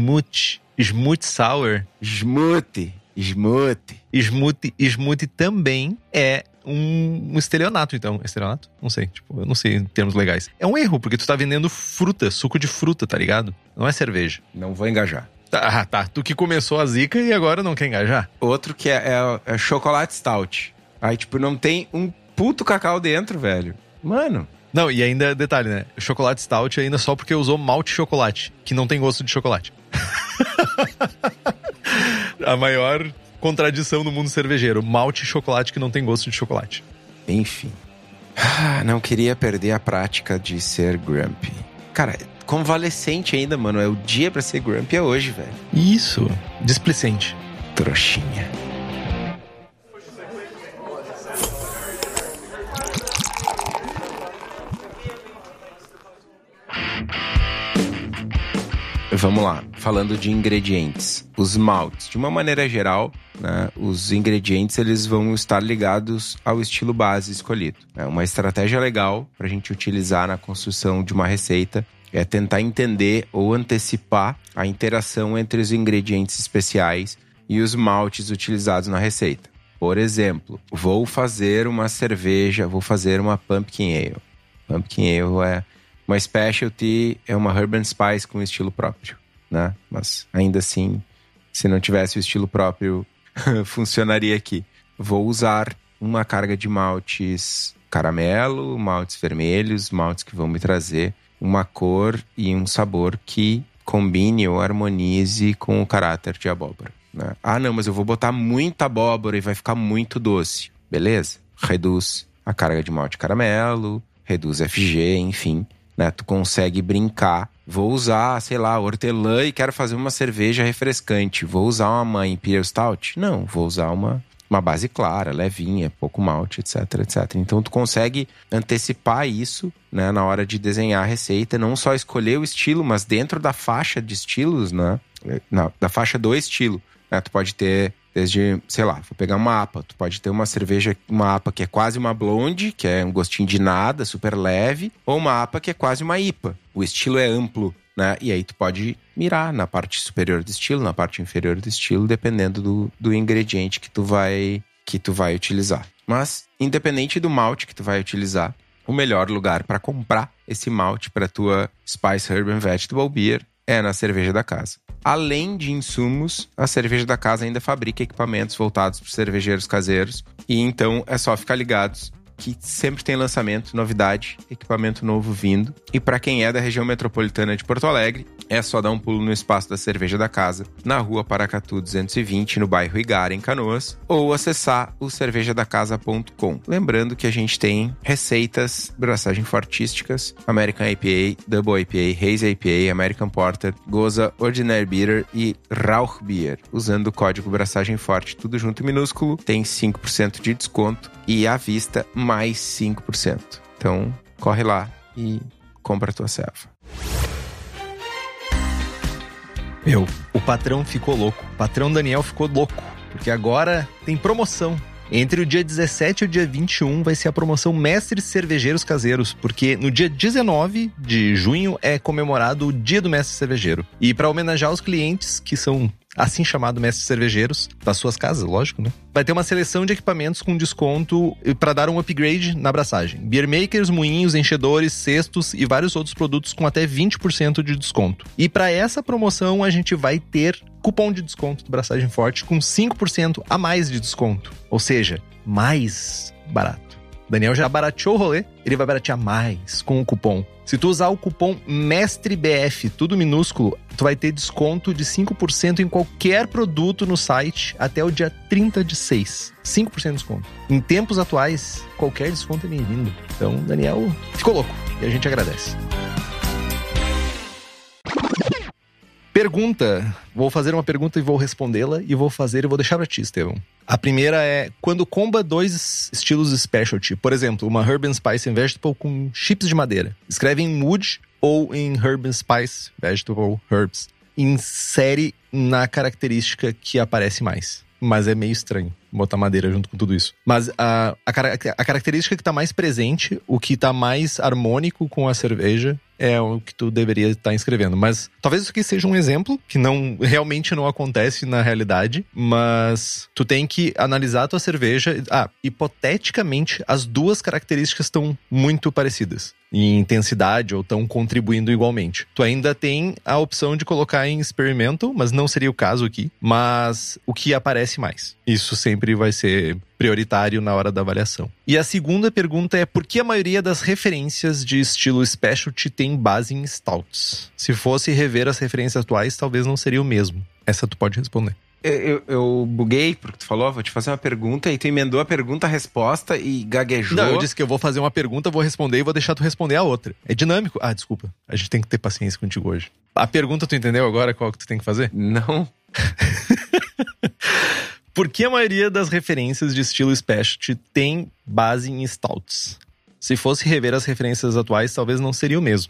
Sour. Smoothie também é um estelionato, então. Estelionato? Não sei, tipo, eu não sei em termos legais. É um erro, porque tu tá vendendo fruta, suco de fruta, tá ligado? Não é cerveja. Não vou engajar. Tá. Tu que começou a zica e agora não quer engajar? Outro que é chocolate stout. Aí, tipo, não tem um puto cacau dentro, velho. Mano. Não, e ainda, detalhe, né? Chocolate stout ainda só porque usou malte chocolate, que não tem gosto de chocolate. A maior contradição no mundo cervejeiro. Malte chocolate que não tem gosto de chocolate. Enfim. Não queria perder a prática de ser grumpy. Cara, convalescente ainda, mano. É o dia pra ser grumpy, é hoje, velho. Isso. Displicente. Trouxinha. Vamos lá, falando de ingredientes. Os maltes, de uma maneira geral, né, os ingredientes eles vão estar ligados ao estilo base escolhido. Uma estratégia legal para a gente utilizar na construção de uma receita é tentar entender ou antecipar a interação entre os ingredientes especiais e os maltes utilizados na receita. Por exemplo, vou fazer uma Pumpkin Ale. Pumpkin Ale é uma specialty, é uma herb and spice com estilo próprio, né? Mas ainda assim, se não tivesse o estilo próprio, funcionaria aqui. Vou usar uma carga de maltes caramelo, maltes vermelhos, maltes que vão me trazer uma cor e um sabor que combine ou harmonize com o caráter de abóbora, né? Não, mas eu vou botar muita abóbora e vai ficar muito doce. Beleza? Reduz a carga de malte caramelo, reduz FG, enfim, né? Tu consegue brincar. Vou usar, sei lá, hortelã e quero fazer uma cerveja refrescante. Vou usar uma Imperial Stout? Não, vou usar uma base clara, levinha, pouco malte, etc, etc. Então tu consegue antecipar isso, né, na hora de desenhar a receita, não só escolher o estilo, mas dentro da faixa de estilos, né, da faixa do estilo, né, tu pode ter desde, sei lá, vou pegar uma APA, tu pode ter uma cerveja, uma APA que é quase uma blonde, que é um gostinho de nada, super leve, ou uma APA que é quase uma IPA. O estilo é amplo, né? E aí tu pode mirar na parte superior do estilo, na parte inferior do estilo, dependendo do ingrediente que tu vai utilizar. Mas, independente do malte que tu vai utilizar, o melhor lugar para comprar esse malte para tua Spice Herb and Vegetable Beer é na cerveja da casa. Além de insumos, a cerveja da casa ainda fabrica equipamentos voltados para cervejeiros caseiros. E então é só ficar ligados que sempre tem lançamento, novidade, equipamento novo vindo. E para quem é da região metropolitana de Porto Alegre, é só dar um pulo no espaço da Cerveja da Casa, na rua Paracatu 220, no bairro Igara, em Canoas, ou acessar o cervejadacasa.com. Lembrando que a gente tem receitas, braçagem fortísticas, American IPA, Double IPA, Hazy IPA, American Porter, Goza, Ordinary Bitter e Rauch Beer. Usando o código braçagem forte, tudo junto e minúsculo, tem 5% de desconto e à vista mais 5%. Então, corre lá e compra a tua serva. O patrão ficou louco. O patrão Daniel ficou louco. Porque agora tem promoção. Entre o dia 17 e o dia 21 vai ser a promoção Mestres Cervejeiros Caseiros. Porque no dia 19 de junho é comemorado o Dia do Mestre Cervejeiro. E para homenagear os clientes, que são assim chamado mestres cervejeiros, das suas casas, lógico, né? Vai ter uma seleção de equipamentos com desconto para dar um upgrade na abraçagem. Beer makers, moinhos, enchedores, cestos e vários outros produtos com até 20% de desconto. E para essa promoção a gente vai ter cupom de desconto do Braçagem Forte com 5% a mais de desconto. Ou seja, mais barato. Daniel já barateou o rolê, ele vai baratear mais com o cupom. Se tu usar o cupom MESTREBF, tudo minúsculo, tu vai ter desconto de 5% em qualquer produto no site até o dia 30/6. 5% de desconto. Em tempos atuais, qualquer desconto é bem-vindo. Então, Daniel ficou louco e a gente agradece. Pergunta. Vou fazer uma pergunta e vou respondê-la e vou deixar pra ti, Estevão. A primeira é, quando comba 2 estilos specialty, por exemplo, uma Herb and Spice and Vegetable com chips de madeira, escreve em Wood ou em Herb and Spice, Vegetable, Herbs, insere na característica que aparece mais. Mas é meio estranho botar madeira junto com tudo isso. Mas a característica que tá mais presente, o que tá mais harmônico com a cerveja, é o que tu deveria estar inscrevendo. Mas talvez isso aqui seja um exemplo que realmente não acontece na realidade, mas tu tem que analisar a tua cerveja. Hipoteticamente, as duas características estão muito parecidas em intensidade ou estão contribuindo igualmente. Tu ainda tem a opção de colocar em experimental, mas não seria o caso aqui, mas o que aparece mais. Isso sempre vai ser prioritário na hora da avaliação. E a segunda pergunta é por que a maioria das referências de estilo specialty tem base em stouts? Se fosse rever as referências atuais, talvez não seria o mesmo. Essa tu pode responder. Eu buguei porque tu falou, vou te fazer uma pergunta e tu emendou a pergunta, a resposta e gaguejou. Não, eu disse que eu vou fazer uma pergunta, vou responder e vou deixar tu responder a outra. É dinâmico. Desculpa. A gente tem que ter paciência contigo hoje. A pergunta tu entendeu agora qual que tu tem que fazer? Não. Por que a maioria das referências de estilo specialty tem base em stouts? Se fosse rever as referências atuais, talvez não seria o mesmo.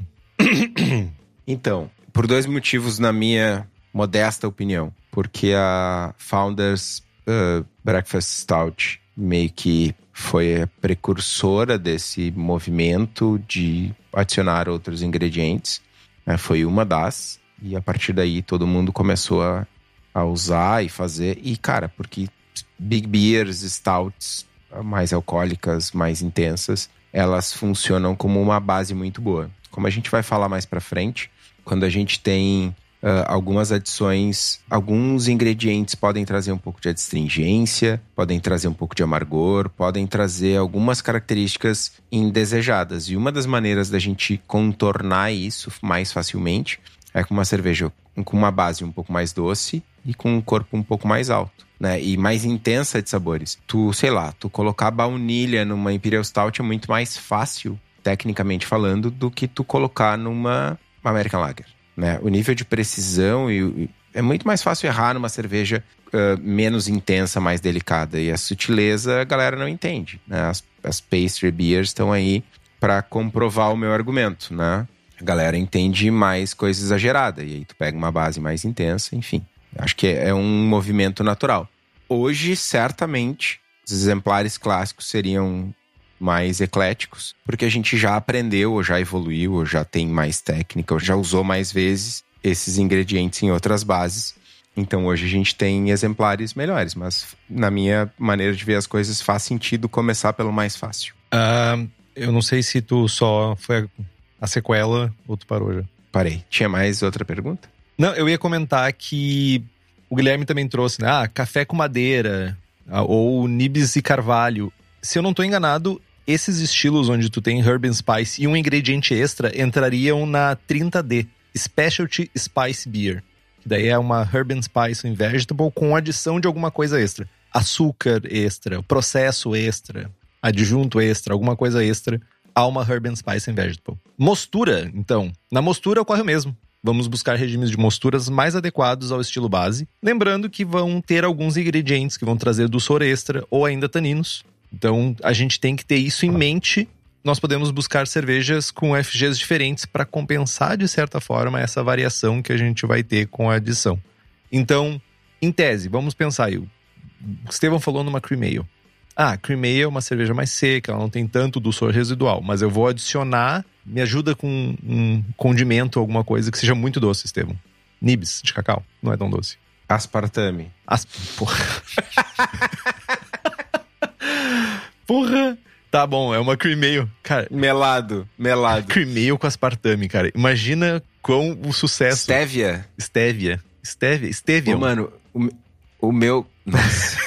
Então, por 2 motivos na minha modesta opinião. Porque a Founders Breakfast Stout meio que foi a precursora desse movimento de adicionar outros ingredientes. Foi uma das. E a partir daí todo mundo começou a usar e fazer. E, cara, porque Big Beers, Stouts, mais alcoólicas, mais intensas, elas funcionam como uma base muito boa. Como a gente vai falar mais pra frente, quando a gente tem algumas adições, alguns ingredientes podem trazer um pouco de adstringência, podem trazer um pouco de amargor, podem trazer algumas características indesejadas. E uma das maneiras da gente contornar isso mais facilmente é com uma cerveja com uma base um pouco mais doce e com um corpo um pouco mais alto, né? E mais intensa de sabores. Tu colocar baunilha numa Imperial Stout é muito mais fácil, tecnicamente falando, do que tu colocar numa American Lager, né? O nível de precisão é muito mais fácil errar numa cerveja menos intensa, mais delicada. E a sutileza a galera não entende, né? As pastry beers estão aí para comprovar o meu argumento, né? A galera entende mais coisa exagerada. E aí tu pega uma base mais intensa, enfim. Acho que é um movimento natural. Hoje, certamente, os exemplares clássicos seriam mais ecléticos, porque a gente já aprendeu, ou já evoluiu, ou já tem mais técnica, ou já usou mais vezes esses ingredientes em outras bases. Então hoje a gente tem exemplares melhores, mas na minha maneira de ver as coisas faz sentido começar pelo mais fácil. Eu não sei se tu só foi a sequela ou tu parou já. Parei. Tinha mais outra pergunta? Não, eu ia comentar que o Guilherme também trouxe, né? Café com madeira, ou nibs e carvalho. Se eu não tô enganado, esses estilos onde tu tem Herb and Spice e um ingrediente extra entrariam na 30D, Specialty Spice Beer. Que daí é uma Herb and Spice and Vegetable com adição de alguma coisa extra. Açúcar extra, processo extra, adjunto extra, alguma coisa extra a uma Herb and Spice and Vegetable. Mostura, então. Na mostura ocorre o mesmo. Vamos buscar regimes de mosturas mais adequados ao estilo base. Lembrando que vão ter alguns ingredientes que vão trazer dulçor extra ou ainda taninos. Então, a gente tem que ter isso em mente. Nós podemos buscar cervejas com FGs diferentes para compensar, de certa forma, essa variação que a gente vai ter com a adição. Então, em tese, vamos pensar aí. O Estevão falou numa Cream Ale. Cream Ale é uma cerveja mais seca, ela não tem tanto dulçor residual. Mas eu vou adicionar, me ajuda com um condimento, alguma coisa que seja muito doce, Estevão. Nibs de cacau, não é tão doce. Aspartame. Porra. Porra. Tá bom, é uma cream ale. Cara, Melado. cream ale com aspartame, cara. Imagina quão o sucesso... Stevia. Stevia. Mano, o meu... Nossa.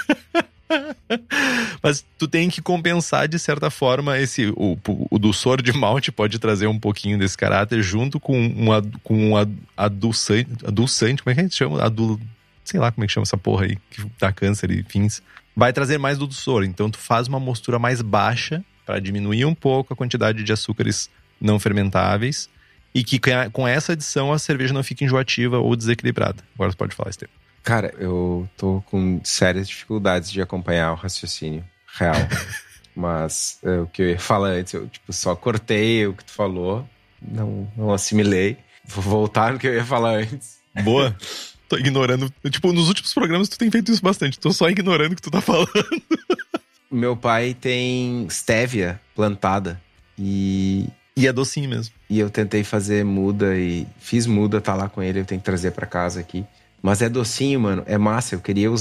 Mas tu tem que compensar, de certa forma, o dulçor de malte pode trazer um pouquinho desse caráter junto com um adoçante, como é que a gente chama? Sei lá como é que chama essa porra aí, que dá câncer e fins. Vai trazer mais do dulçor, então tu faz uma mostura mais baixa para diminuir um pouco a quantidade de açúcares não fermentáveis e que com essa adição a cerveja não fica enjoativa ou desequilibrada. Agora tu pode falar, Estevam. Cara, eu tô com sérias dificuldades de acompanhar o raciocínio real. Mas o que eu ia falar antes, eu só cortei o que tu falou, não assimilei. Vou voltar no que eu ia falar antes. Boa. Tô ignorando. Nos últimos programas tu tem feito isso bastante. Tô só ignorando o que tu tá falando. Meu pai tem stevia plantada e é docinho mesmo. E eu tentei fazer muda e fiz muda, tá lá com ele, eu tenho que trazer pra casa aqui. Mas é docinho, mano, é massa. Eu queria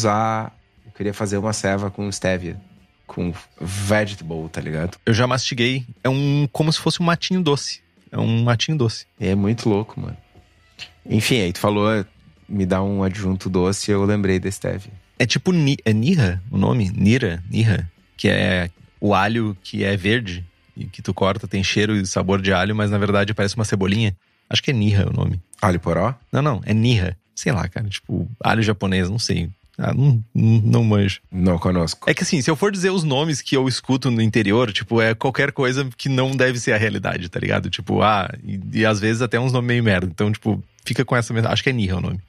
fazer uma ceva com stevia, com vegetable, tá ligado? Eu já mastiguei. É como se fosse um matinho doce. É um matinho doce. É muito louco, mano. Enfim, aí tu falou, me dá um adjunto doce, eu lembrei da stevia. É tipo Nira o nome? Nira, que é o alho que é verde e que tu corta, tem cheiro e sabor de alho, mas na verdade parece uma cebolinha. Acho que é Nira o nome. Alho poró? Não, é Nira. Sei lá, cara, alho japonês, não sei. Não manjo. Não conosco. É que assim, se eu for dizer os nomes que eu escuto no interior, é qualquer coisa que não deve ser a realidade, tá ligado? E às vezes até uns nomes meio merda. Então, fica com essa... Acho que é Nira o nome.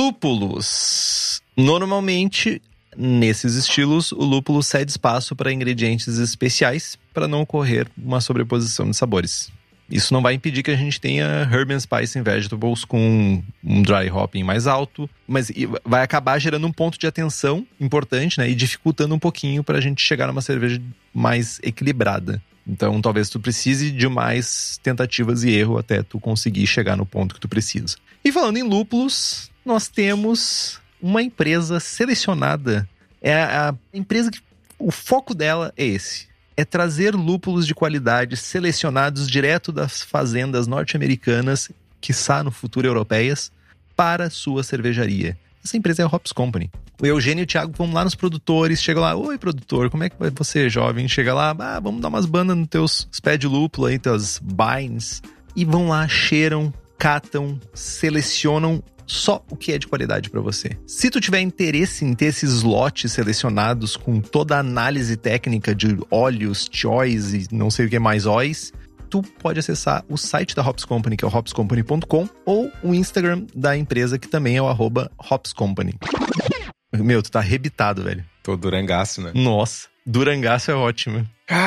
Lúpulos. Normalmente, nesses estilos, o lúpulo cede espaço para ingredientes especiais para não ocorrer uma sobreposição de sabores. Isso não vai impedir que a gente tenha Herb and Spice and Vegetables com um dry hopping mais alto, mas vai acabar gerando um ponto de atenção importante, né? E dificultando um pouquinho pra gente chegar numa cerveja mais equilibrada. Então, talvez tu precise de mais tentativas e erro até tu conseguir chegar no ponto que tu precisa. E falando em lúpulos, nós temos uma empresa selecionada. É a empresa que o foco dela é esse. É trazer lúpulos de qualidade selecionados direto das fazendas norte-americanas, quiçá no futuro europeias, para sua cervejaria. Essa empresa é a Hops Company. O Eugênio e o Thiago vão lá nos produtores, chegam lá, oi produtor, como é que vai você, jovem? Chega lá, vamos dar umas bandas nos teus pés de lúpulo aí, teus vines. E vão lá, cheiram, catam, selecionam só o que é de qualidade para você. Se tu tiver interesse em ter esses lotes selecionados com toda a análise técnica de óleos, choice e não sei o que mais óis, tu pode acessar o site da Hops Company, que é o hopscompany.com, ou o Instagram da empresa, que também é o @hopscompany. Meu, tu tá arrebitado, velho. Tô durangaço, né? Nossa, durangaço é ótimo.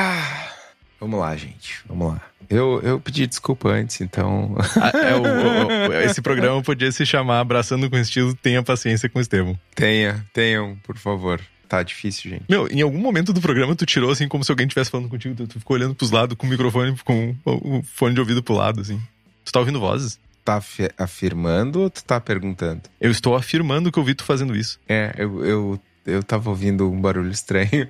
Vamos lá, gente. Vamos lá. Eu pedi desculpa antes, então... Esse programa podia se chamar Abraçando com Estilo, Tenha Paciência com o Estevam. Tenham, por favor. Tá difícil, gente. Meu, em algum momento do programa tu tirou, assim, como se alguém estivesse falando contigo, tu ficou olhando pros lados com o microfone, com o fone de ouvido pro lado, assim. Tu tá ouvindo vozes? Tá afirmando ou tu tá perguntando? Eu estou afirmando que eu vi tu fazendo isso. Eu tava ouvindo um barulho estranho.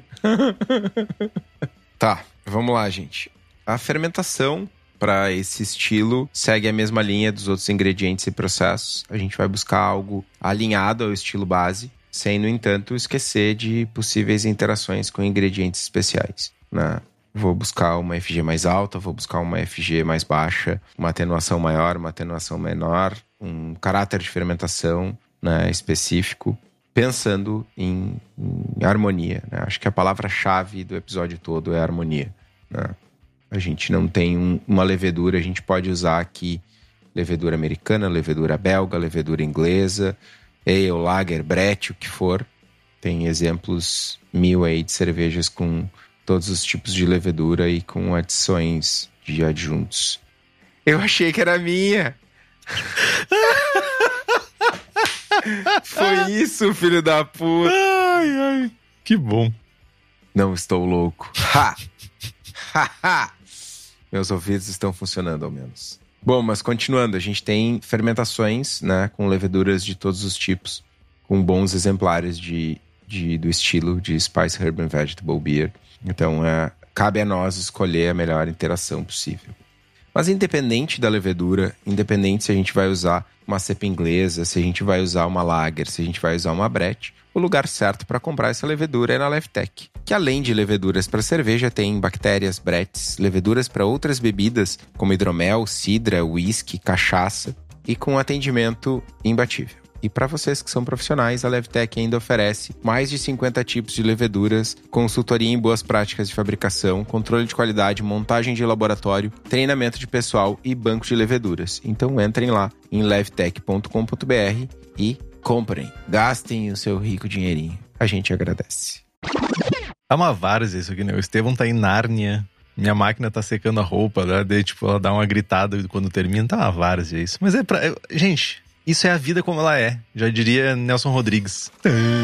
Tá, vamos lá, gente. A fermentação para esse estilo segue a mesma linha dos outros ingredientes e processos. A gente vai buscar algo alinhado ao estilo base, sem, no entanto, esquecer de possíveis interações com ingredientes especiais, né? Vou buscar uma FG mais alta, vou buscar uma FG mais baixa, uma atenuação maior, uma atenuação menor, um caráter de fermentação, né, específico, pensando em harmonia, né? Acho que a palavra-chave do episódio todo é harmonia, né? A gente não tem uma levedura, a gente pode usar aqui levedura americana, levedura belga, levedura inglesa, ale, lager, brett, o que for. Tem exemplos 1000 aí de cervejas com todos os tipos de levedura e com adições de adjuntos. Eu achei que era minha! Foi isso, filho da puta! Ai, que bom. Não estou louco. Ha! Ha, ha! Meus ouvidos estão funcionando, ao menos. Bom, mas continuando, a gente tem fermentações, né, com leveduras de todos os tipos. com bons exemplares do estilo de Spice Herb and Vegetable Beer. Então, cabe a nós escolher a melhor interação possível. Mas independente da levedura, independente se a gente vai usar uma cepa inglesa, se a gente vai usar uma lager, se a gente vai usar uma Brett, o lugar certo para comprar essa levedura é na Levtech, que além de leveduras para cerveja, tem bactérias, Bretts, leveduras para outras bebidas, como hidromel, cidra, whisky, cachaça, e com atendimento imbatível. E para vocês que são profissionais, a Levtech ainda oferece mais de 50 tipos de leveduras, consultoria em boas práticas de fabricação, controle de qualidade, montagem de laboratório, treinamento de pessoal e banco de leveduras. Então entrem lá em levtech.com.br e comprem. Gastem o seu rico dinheirinho. A gente agradece. É uma várzea isso aqui, né? O Estevão tá em Nárnia. Minha máquina tá secando a roupa, né? Daí, tipo, ela dá uma gritada quando termina. Tá uma várzea isso. Mas gente, isso é a vida como ela é. Já diria Nelson Rodrigues.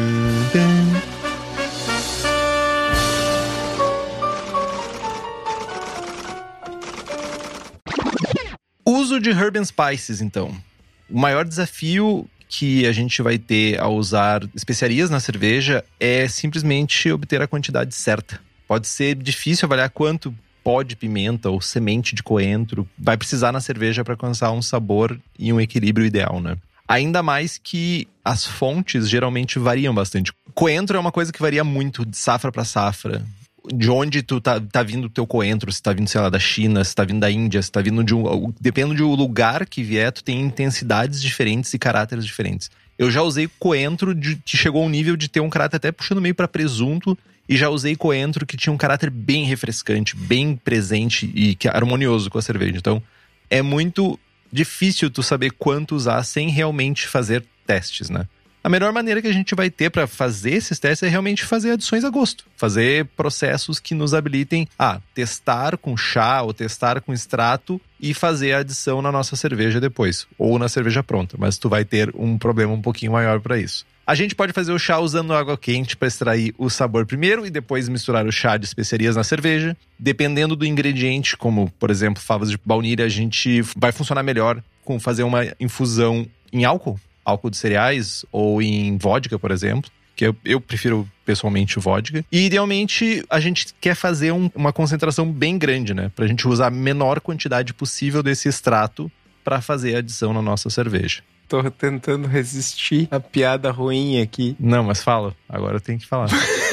Uso de Herb and Spices, então. O maior desafio que a gente vai ter ao usar especiarias na cerveja é simplesmente obter a quantidade certa. Pode ser difícil avaliar quanto pó de pimenta ou semente de coentro vai precisar na cerveja para alcançar um sabor e um equilíbrio ideal, né? Ainda mais que as fontes geralmente variam bastante. Coentro é uma coisa que varia muito de safra para safra. De onde tu tá vindo o teu coentro, se tá vindo, sei lá, da China, se tá vindo da Índia, se tá vindo depende do lugar que vier, tu tem intensidades diferentes e caráteres diferentes. Eu já usei coentro que chegou a um nível de ter um caráter até puxando meio pra presunto, e já usei coentro que tinha um caráter bem refrescante, bem presente e que é harmonioso com a cerveja. Então, é muito difícil tu saber quanto usar sem realmente fazer testes, né? A melhor maneira que a gente vai ter para fazer esses testes é realmente fazer adições a gosto. Fazer processos que nos habilitem a testar com chá ou testar com extrato e fazer a adição na nossa cerveja depois. Ou na cerveja pronta, mas tu vai ter um problema um pouquinho maior para isso. A gente pode fazer o chá usando água quente para extrair o sabor primeiro e depois misturar o chá de especiarias na cerveja. Dependendo do ingrediente, como por exemplo favas de baunilha, a gente vai funcionar melhor com fazer uma infusão em álcool de cereais ou em vodka, por exemplo, que eu prefiro pessoalmente vodka. E idealmente a gente quer fazer uma concentração bem grande, né? Pra gente usar a menor quantidade possível desse extrato para fazer a adição na nossa cerveja. Tô tentando resistir a piada ruim aqui. Não, mas fala. Agora eu tenho que falar.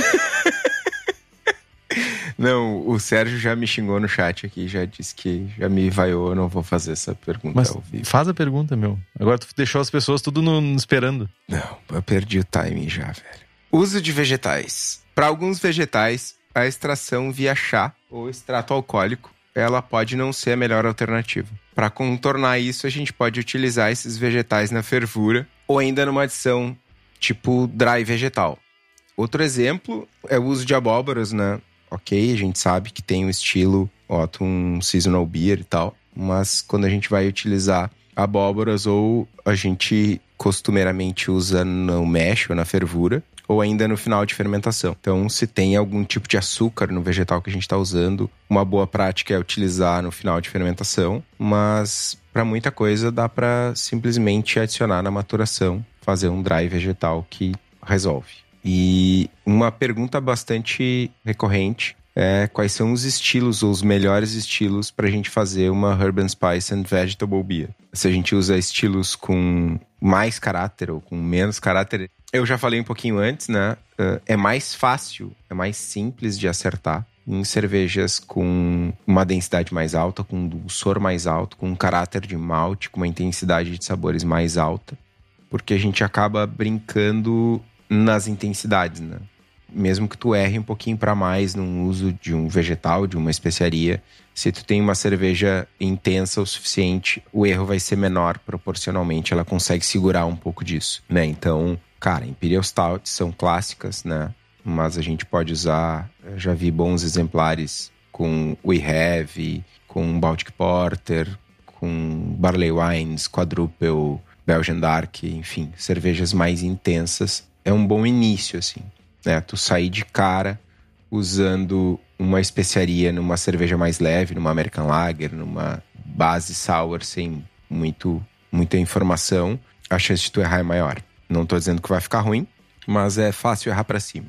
Não, o Sérgio já me xingou no chat aqui, já disse que já me vaiou, eu não vou fazer essa pergunta mas ao vivo. Faz a pergunta, meu. Agora tu deixou as pessoas tudo esperando. Não, eu perdi o timing já, velho. Uso de vegetais. Para alguns vegetais, a extração via chá ou extrato alcoólico, ela pode não ser a melhor alternativa. Para contornar isso, a gente pode utilizar esses vegetais na fervura ou ainda numa adição tipo dry vegetal. Outro exemplo é o uso de abóboras, né? Ok, a gente sabe que tem o estilo Autumn Seasonal Beer e tal, mas quando a gente vai utilizar abóboras, ou a gente costumeiramente usa no mash ou na fervura, ou ainda no final de fermentação. Então, se tem algum tipo de açúcar no vegetal que a gente está usando, uma boa prática é utilizar no final de fermentação, mas para muita coisa dá para simplesmente adicionar na maturação, fazer um dry vegetal que resolve. E uma pergunta bastante recorrente é quais são os estilos ou os melhores estilos para a gente fazer uma Herb and Spice and Vegetable Beer. Se a gente usa estilos com mais caráter ou com menos caráter, eu já falei um pouquinho antes, né? É mais fácil, é mais simples de acertar em cervejas com uma densidade mais alta, com um dulçor mais alto, com um caráter de malte, com uma intensidade de sabores mais alta, porque a gente acaba brincando nas intensidades, né? Mesmo que tu erre um pouquinho para mais no uso de um vegetal, de uma especiaria, se tu tem uma cerveja intensa o suficiente, o erro vai ser menor proporcionalmente, ela consegue segurar um pouco disso, né? Então, cara, Imperial Stouts são clássicas, né? Mas a gente pode usar, eu já vi bons exemplares com We Have, com Baltic Porter, com Barley Wines, Quadruple, Belgian Dark, enfim, cervejas mais intensas. É um bom início, assim, né? Tu sair de cara usando uma especiaria numa cerveja mais leve, numa American Lager, numa base sour sem muita informação, a chance de tu errar é maior. Não tô dizendo que vai ficar ruim, mas é fácil errar pra cima.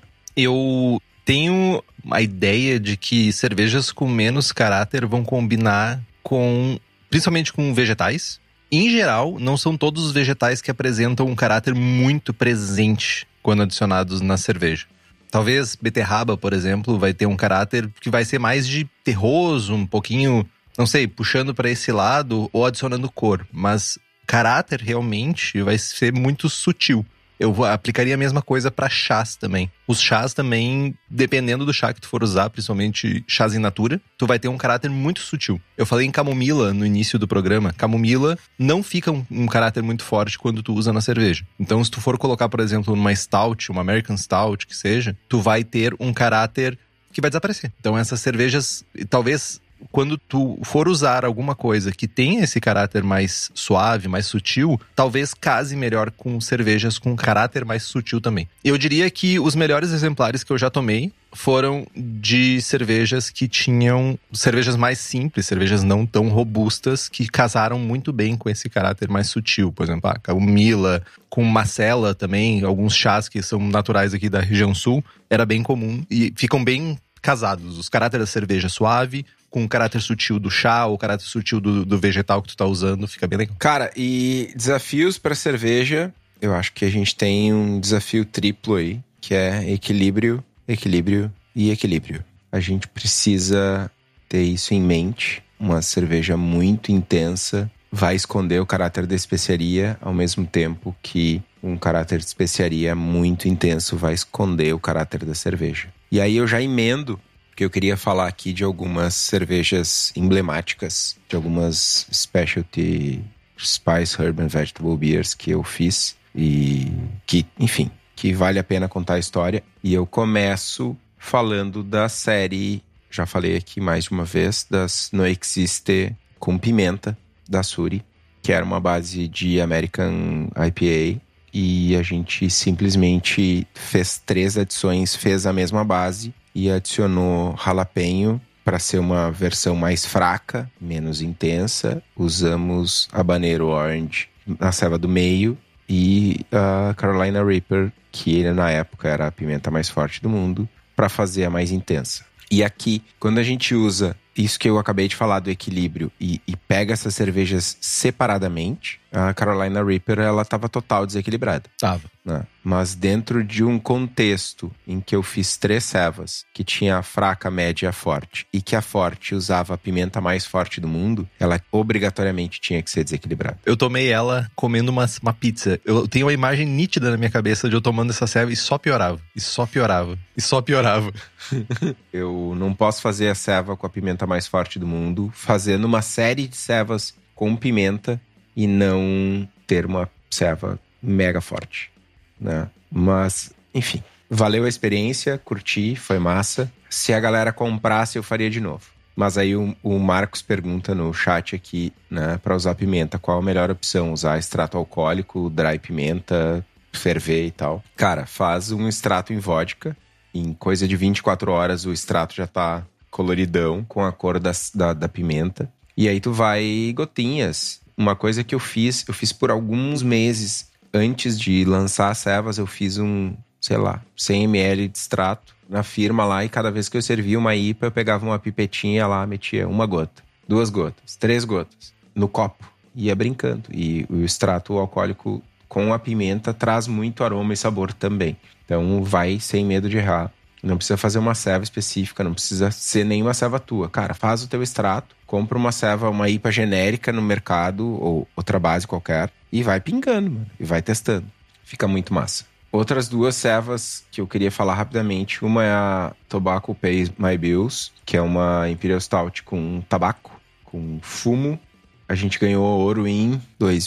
Eu tenho a ideia de que cervejas com menos caráter vão combinar principalmente com vegetais. Em geral, não são todos os vegetais que apresentam um caráter muito presente quando adicionados na cerveja. Talvez beterraba, por exemplo, vai ter um caráter que vai ser mais de terroso, um pouquinho, não sei, puxando para esse lado ou adicionando cor. Mas caráter realmente vai ser muito sutil. Eu aplicaria a mesma coisa para chás também. Os chás também, dependendo do chá que tu for usar, principalmente chás in natura, tu vai ter um caráter muito sutil. Eu falei em camomila no início do programa. Camomila não fica um caráter muito forte quando tu usa na cerveja. Então, se tu for colocar, por exemplo, numa stout, uma American Stout, que seja, tu vai ter um caráter que vai desaparecer. Então, essas cervejas, talvez, quando tu for usar alguma coisa que tenha esse caráter mais suave, mais sutil, talvez case melhor com cervejas com caráter mais sutil também. Eu diria que os melhores exemplares que eu já tomei foram de cervejas que tinham cervejas mais simples, cervejas não tão robustas, que casaram muito bem com esse caráter mais sutil. Por exemplo, a camomila, com macela também, alguns chás que são naturais aqui da região sul, era bem comum e ficam bem casados. Os caráteres da cerveja suave, com o caráter sutil do chá, ou o caráter sutil do vegetal que tu tá usando, fica bem legal. Cara, e desafios pra cerveja, eu acho que a gente tem um desafio triplo aí, que é equilíbrio, equilíbrio e equilíbrio. A gente precisa ter isso em mente. Uma cerveja muito intensa vai esconder o caráter da especiaria, ao mesmo tempo que um caráter de especiaria muito intenso vai esconder o caráter da cerveja. E aí eu já emendo, porque eu queria falar aqui de algumas cervejas emblemáticas, de algumas specialty spice, herb and vegetable beers que eu fiz e que, enfim, que vale a pena contar a história. E eu começo falando da série, já falei aqui mais de uma vez, das No Existe com pimenta, da Suri, que era uma base de American IPA. E a gente simplesmente fez 3 adições, fez a mesma base e adicionou jalapeno para ser uma versão mais fraca, menos intensa. Usamos habanero orange na ceva do meio e a Carolina Reaper, que na época era a pimenta mais forte do mundo, para fazer a mais intensa. E aqui, quando a gente usa isso que eu acabei de falar do equilíbrio e pega essas cervejas separadamente, a Carolina Reaper, ela tava total desequilibrada. Tava. Né? Mas dentro de um contexto em que eu fiz 3 cevas, que tinha a fraca, a média e a forte, e que a forte usava a pimenta mais forte do mundo, ela obrigatoriamente tinha que ser desequilibrada. Eu tomei ela comendo uma pizza. Eu tenho uma imagem nítida na minha cabeça de eu tomando essa ceva e só piorava. E só piorava. E só piorava. Eu não posso fazer a ceva com a pimenta mais forte do mundo, fazendo uma série de cevas com pimenta e não ter uma ceva mega forte, né? Mas, enfim, valeu a experiência, curti, foi massa. Se a galera comprasse, eu faria de novo. Mas aí o Marcos pergunta no chat aqui, né, para usar pimenta, qual a melhor opção? Usar extrato alcoólico, dry pimenta, ferver e tal? Cara, faz um extrato em vodka. Em coisa de 24 horas o extrato já tá coloridão, com a cor da pimenta. E aí tu vai gotinhas. Uma coisa que eu fiz por alguns meses antes de lançar as cevas, eu fiz 100 ml de extrato na firma lá, e cada vez que eu servia uma IPA, eu pegava uma pipetinha lá, metia 1 gota, 2 gotas, 3 gotas no copo, ia brincando. E o extrato alcoólico com a pimenta traz muito aroma e sabor também. Então vai sem medo de errar. Não precisa fazer uma ceva específica, não precisa ser nenhuma ceva tua. Cara, faz o teu extrato, compra uma ceva, uma IPA genérica no mercado, ou outra base qualquer, e vai pingando, mano, e vai testando. Fica muito massa. Outras 2 cevas que eu queria falar rapidamente. Uma é a Tobacco Pays My Bills, que é uma Imperial Stout com tabaco, com fumo. A gente ganhou ouro em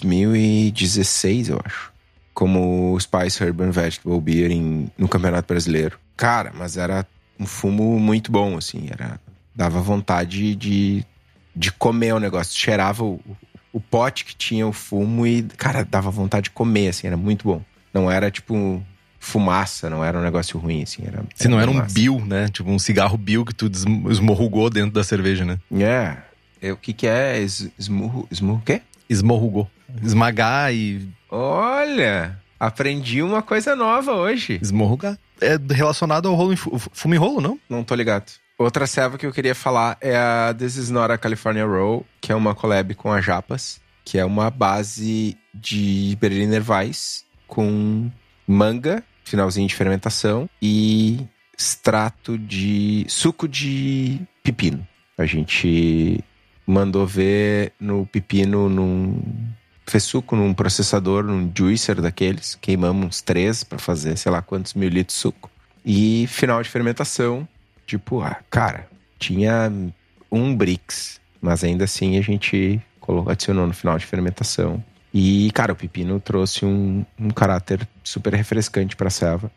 2016, eu acho, como Spice Herb and Vegetable Beer no Campeonato Brasileiro. Cara, mas era um fumo muito bom, assim. Dava vontade de comer o negócio. Cheirava o pote que tinha o fumo e, cara, dava vontade de comer, assim. Era muito bom. Não era, tipo, fumaça, não era um negócio ruim, assim. Se não era um Bill, né? Tipo, um cigarro Bill que tu esmorrugou dentro da cerveja, né? O que é? Esmurro o quê? Esmorrugou. Esmagar e... Olha! Aprendi uma coisa nova hoje. Esmorrugar. É relacionado ao rolo fumo em rolo, não? Não tô ligado. Outra ceva que eu queria falar é a This Is Not a California Roll, que é uma collab com a Japas, que é uma base de Berliner Weiss com manga, finalzinho de fermentação, e extrato de suco de pepino. A gente mandou ver no pepino fez suco num processador, num juicer daqueles. Queimamos uns 3 pra fazer sei lá quantos mil litros de suco. E final de fermentação, tipo, cara, tinha 1 Brix, mas ainda assim a gente adicionou no final de fermentação. E, cara, o pepino trouxe um caráter super refrescante pra ceva.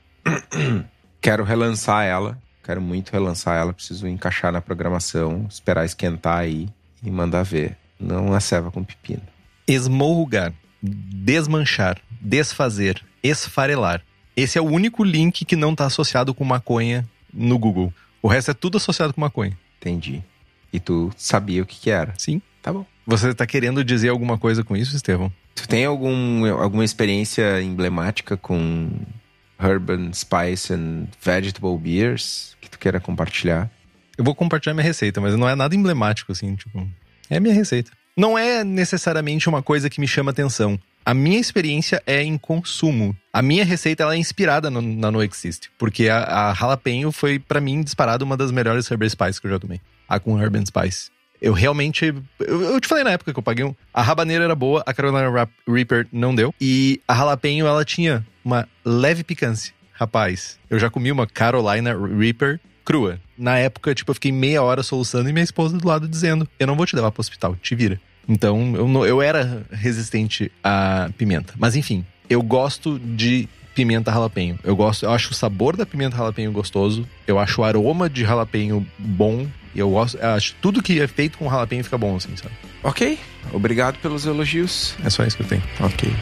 Quero relançar ela. Quero muito relançar ela. Preciso encaixar na programação, esperar esquentar aí e mandar ver. Não a ceva com pepino. Esmorrugar, desmanchar, desfazer, esfarelar. Esse é o único link que não tá associado com maconha no Google. O resto é tudo associado com maconha. Entendi. E tu sabia o que era? Sim. Tá bom. Você tá querendo dizer alguma coisa com isso, Estevão? Tu tem alguma experiência emblemática com Herb and Spice and Vegetable Beers que tu queira compartilhar? Eu vou compartilhar minha receita, mas não é nada emblemático, assim, tipo... É minha receita. Não é necessariamente uma coisa que me chama atenção. A minha experiência é em consumo. A minha receita, ela é inspirada na No Exist. Porque a Jalapeno foi, pra mim, disparado uma das melhores Herb and Spice que eu já tomei. A com Herb and Spice. Eu realmente... Eu te falei na época que eu paguei a habanera era boa, a Carolina Reaper não deu. E a Jalapeno, ela tinha uma leve picância. Rapaz, eu já comi uma Carolina Reaper crua. Na época, tipo, eu fiquei meia hora soluçando e minha esposa do lado dizendo: eu não vou te levar pro hospital, te vira. Então, eu era resistente à pimenta. Mas enfim, eu gosto de pimenta jalapeño. Eu acho o sabor da pimenta jalapeño gostoso. Eu acho o aroma de jalapeño bom. E eu acho tudo que é feito com jalapeño fica bom, assim, sabe? Ok, obrigado pelos elogios. É só isso que eu tenho. Ok.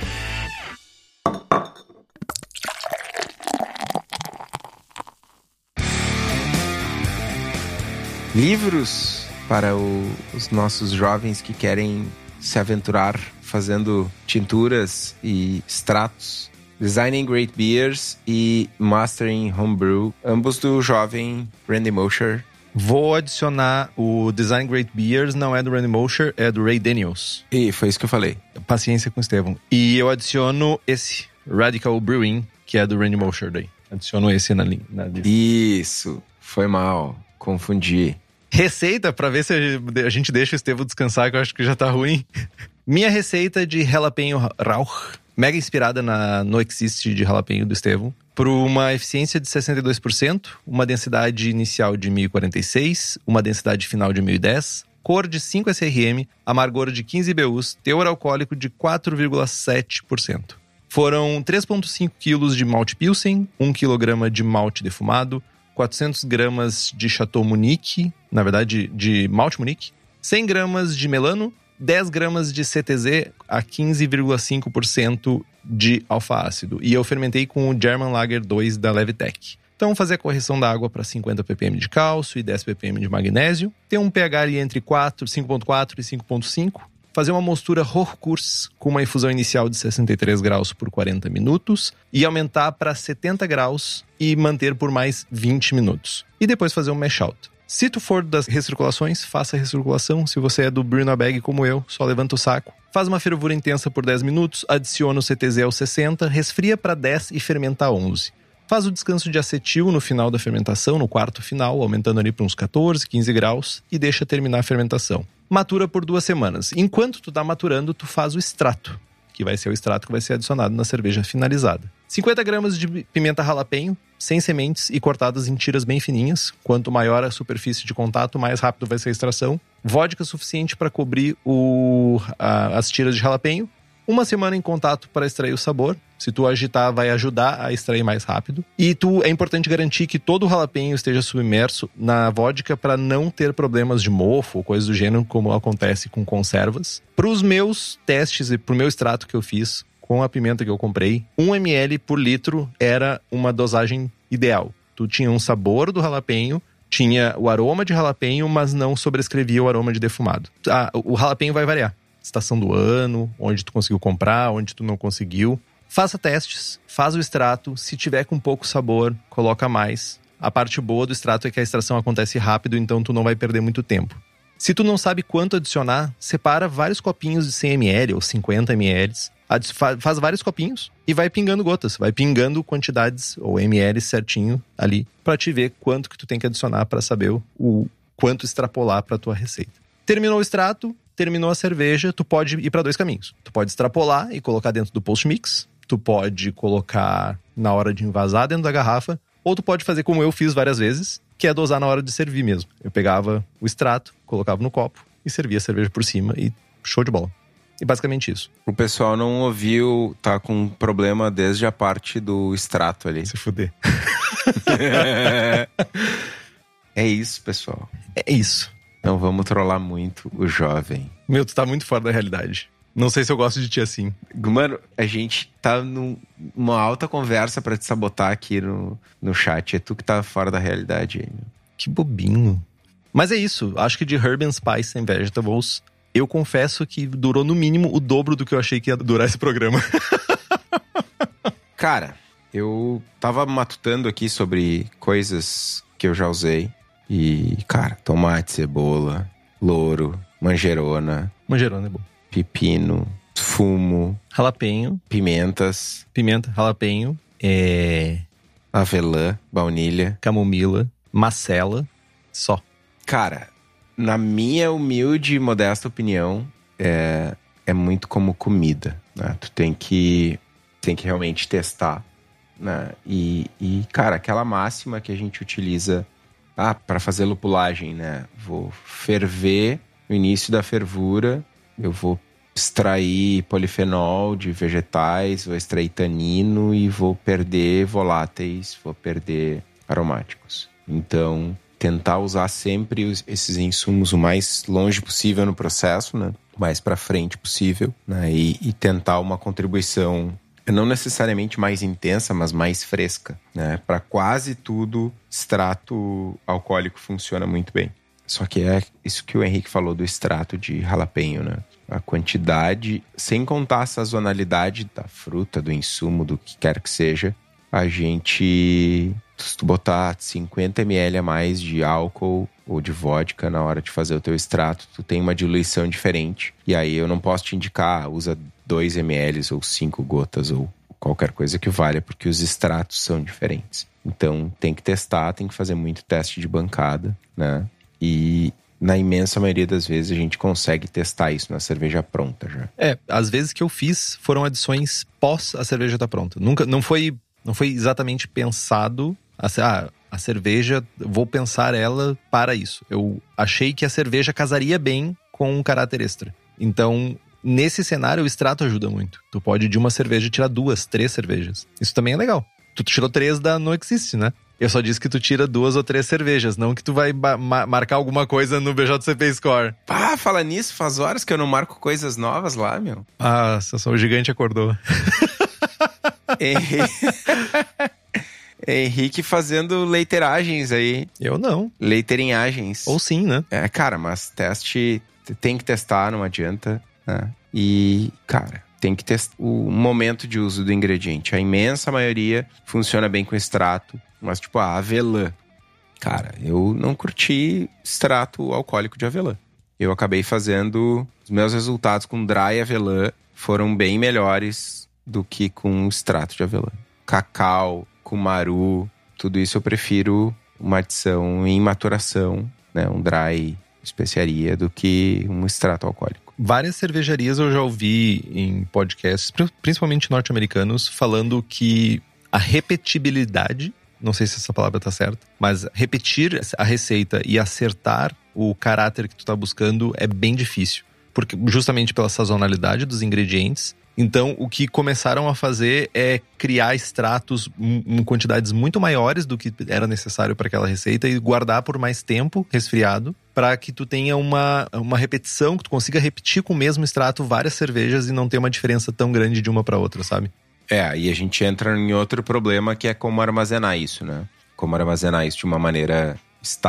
Livros para os nossos jovens que querem se aventurar fazendo tinturas e extratos. Designing Great Beers e Mastering Homebrew, ambos do jovem Randy Mosher. Vou adicionar o Design Great Beers, não é do Randy Mosher, é do Ray Daniels. E foi isso que eu falei. Paciência com o Estevão. E eu adiciono esse, Radical Brewing, que é do Randy Mosher daí. Adiciono esse na lista. Isso, foi mal, confundi. Receita, pra ver se a gente deixa o Estevão descansar, que eu acho que já tá ruim. Minha receita de Jalapeno Rauch, mega inspirada No Exist de Jalapeno do Estevão, por uma eficiência de 62%, uma densidade inicial de 1046, uma densidade final de 1010, cor de 5 SRM, amargor de 15 IBUs, teor alcoólico de 4,7%. Foram 3,5 kg de malte Pilsen, 1 kg de malte defumado, 400 gramas de Chateau Munique, na verdade de malte Munique, 100 gramas de melano, 10 gramas de CTZ a 15,5% de alfa-ácido. E eu fermentei com o German Lager 2 da Levitec. Então, fazer a correção da água para 50 ppm de cálcio e 10 ppm de magnésio. Ter um pH ali entre 5,4 e 5,5. Fazer uma mostura Hochkurs com uma infusão inicial de 63 graus por 40 minutos. E aumentar para 70 graus e manter por mais 20 minutos. E depois fazer um mash out. Se tu for das recirculações, faça a recirculação. Se você é do brew na bag como eu, só levanta o saco. Faz uma fervura intensa por 10 minutos, adiciona o CTZ aos 60, resfria para 10 e fermenta a 11. Faz o descanso de acetil no final da fermentação, no quarto final, aumentando ali para uns 14, 15 graus e deixa terminar a fermentação. Matura por 2 semanas. Enquanto tu tá maturando, tu faz o extrato, que vai ser o extrato que vai ser adicionado na cerveja finalizada. 50 gramas de pimenta jalapeño, sem sementes e cortadas em tiras bem fininhas. Quanto maior a superfície de contato, mais rápido vai ser a extração. Vodka suficiente para cobrir as tiras de jalapeño. 1 semana em contato para extrair o sabor. Se tu agitar, vai ajudar a extrair mais rápido. E é importante garantir que todo o jalapeño esteja submerso na vodka para não ter problemas de mofo ou coisas do gênero, como acontece com conservas. Para os meus testes e para o meu extrato que eu fiz com a pimenta que eu comprei, 1 ml por litro era uma dosagem ideal. Tu tinha um sabor do jalapeño, tinha o aroma de jalapeño, mas não sobrescrevia o aroma de defumado. O jalapeño vai variar. Estação do ano, onde tu conseguiu comprar, onde tu não conseguiu. Faça testes, faz o extrato. Se tiver com pouco sabor, coloca mais. A parte boa do extrato é que a extração acontece rápido, então tu não vai perder muito tempo. Se tu não sabe quanto adicionar, separa vários copinhos de 100 ml ou 50 ml. Faz vários copinhos e vai pingando gotas. Vai pingando quantidades ou ml certinho ali pra te ver quanto que tu tem que adicionar pra saber o quanto extrapolar pra tua receita. Terminou o extrato, terminou a cerveja, tu pode ir pra 2 caminhos. Tu pode extrapolar e colocar dentro do post-mix. Tu pode colocar na hora de envasar dentro da garrafa. Ou tu pode fazer como eu fiz várias vezes, que é dosar na hora de servir mesmo. Eu pegava o extrato, colocava no copo e servia a cerveja por cima e show de bola. E basicamente isso. O pessoal não ouviu, tá com problema desde a parte do extrato ali. Se fuder. É isso, pessoal. É isso. Não vamos trollar muito o jovem. Meu, tu tá muito fora da realidade. Não sei se eu gosto de ti assim. Mano, a gente tá numa alta conversa pra te sabotar aqui no chat. É tu que tá fora da realidade aí, meu. Que bobinho. Mas é isso. Acho que de Herb and Spice and Vegetables, eu confesso que durou no mínimo o dobro do que eu achei que ia durar esse programa. Cara, eu tava matutando aqui sobre coisas que eu já usei. E, cara, tomate, cebola, louro, manjerona. Manjerona é bom. Pepino, fumo, Jalapeño, pimenta, jalapeño, avelã, baunilha, camomila, macela, só. Cara, na minha humilde e modesta opinião, é muito como comida, né? Tu tem que realmente testar, né? E, cara, aquela máxima que a gente utiliza para fazer lupulagem, né? Vou ferver no início da fervura, eu vou extrair polifenol de vegetais, vou extrair tanino e vou perder voláteis, vou perder aromáticos. Então, tentar usar sempre esses insumos o mais longe possível no processo, né? O mais para frente possível, né? E tentar uma contribuição não necessariamente mais intensa, mas mais fresca, né? Para quase tudo, extrato alcoólico funciona muito bem. Só que é isso que o Henrique falou do extrato de jalapeño, né? A quantidade, sem contar a sazonalidade da fruta, do insumo, do que quer que seja, a gente, se tu botar 50 ml a mais de álcool ou de vodka na hora de fazer o teu extrato, tu tem uma diluição diferente. E aí eu não posso te indicar, usa 2 ml ou 5 gotas ou qualquer coisa que valha, porque os extratos são diferentes. Então tem que testar, tem que fazer muito teste de bancada, né? E na imensa maioria das vezes a gente consegue testar isso na cerveja pronta já. Às vezes que eu fiz foram adições pós a cerveja tá pronta. Não foi exatamente pensado a cerveja, vou pensar ela para isso. Eu achei que a cerveja casaria bem com um caráter extra. Então, nesse cenário, o extrato ajuda muito. Tu pode de uma cerveja tirar 2, 3 cervejas. Isso também é legal. Tu tirou 3 da No Existe, né? Eu só disse que tu tira 2 ou 3 cervejas, não que tu vai marcar alguma coisa no BJCP Score. Fala nisso, faz horas que eu não marco coisas novas lá, meu. O gigante acordou. Henrique fazendo leiteragens aí. Eu não. Leiterinhagens. Ou sim, né? Cara, mas teste, tem que testar, não adianta, né? E, cara, tem que testar o momento de uso do ingrediente. A imensa maioria funciona bem com extrato. Mas, tipo, a avelã. Cara, eu não curti extrato alcoólico de avelã. Eu acabei fazendo... Os meus resultados com dry avelã foram bem melhores do que com extrato de avelã. Cacau, cumaru, tudo isso eu prefiro uma adição em maturação, né? Um dry especiaria do que um extrato alcoólico. Várias cervejarias eu já ouvi em podcasts, principalmente norte-americanos, falando que a repetibilidade... Não sei se essa palavra tá certa, mas repetir a receita e acertar o caráter que tu tá buscando é bem difícil. Porque justamente pela sazonalidade dos ingredientes. Então, o que começaram a fazer é criar extratos em quantidades muito maiores do que era necessário para aquela receita e guardar por mais tempo, resfriado, para que tu tenha uma repetição, que tu consiga repetir com o mesmo extrato várias cervejas e não ter uma diferença tão grande de uma para outra, sabe? E a gente entra em outro problema que é como armazenar isso, né? Como armazenar isso de uma maneira estável.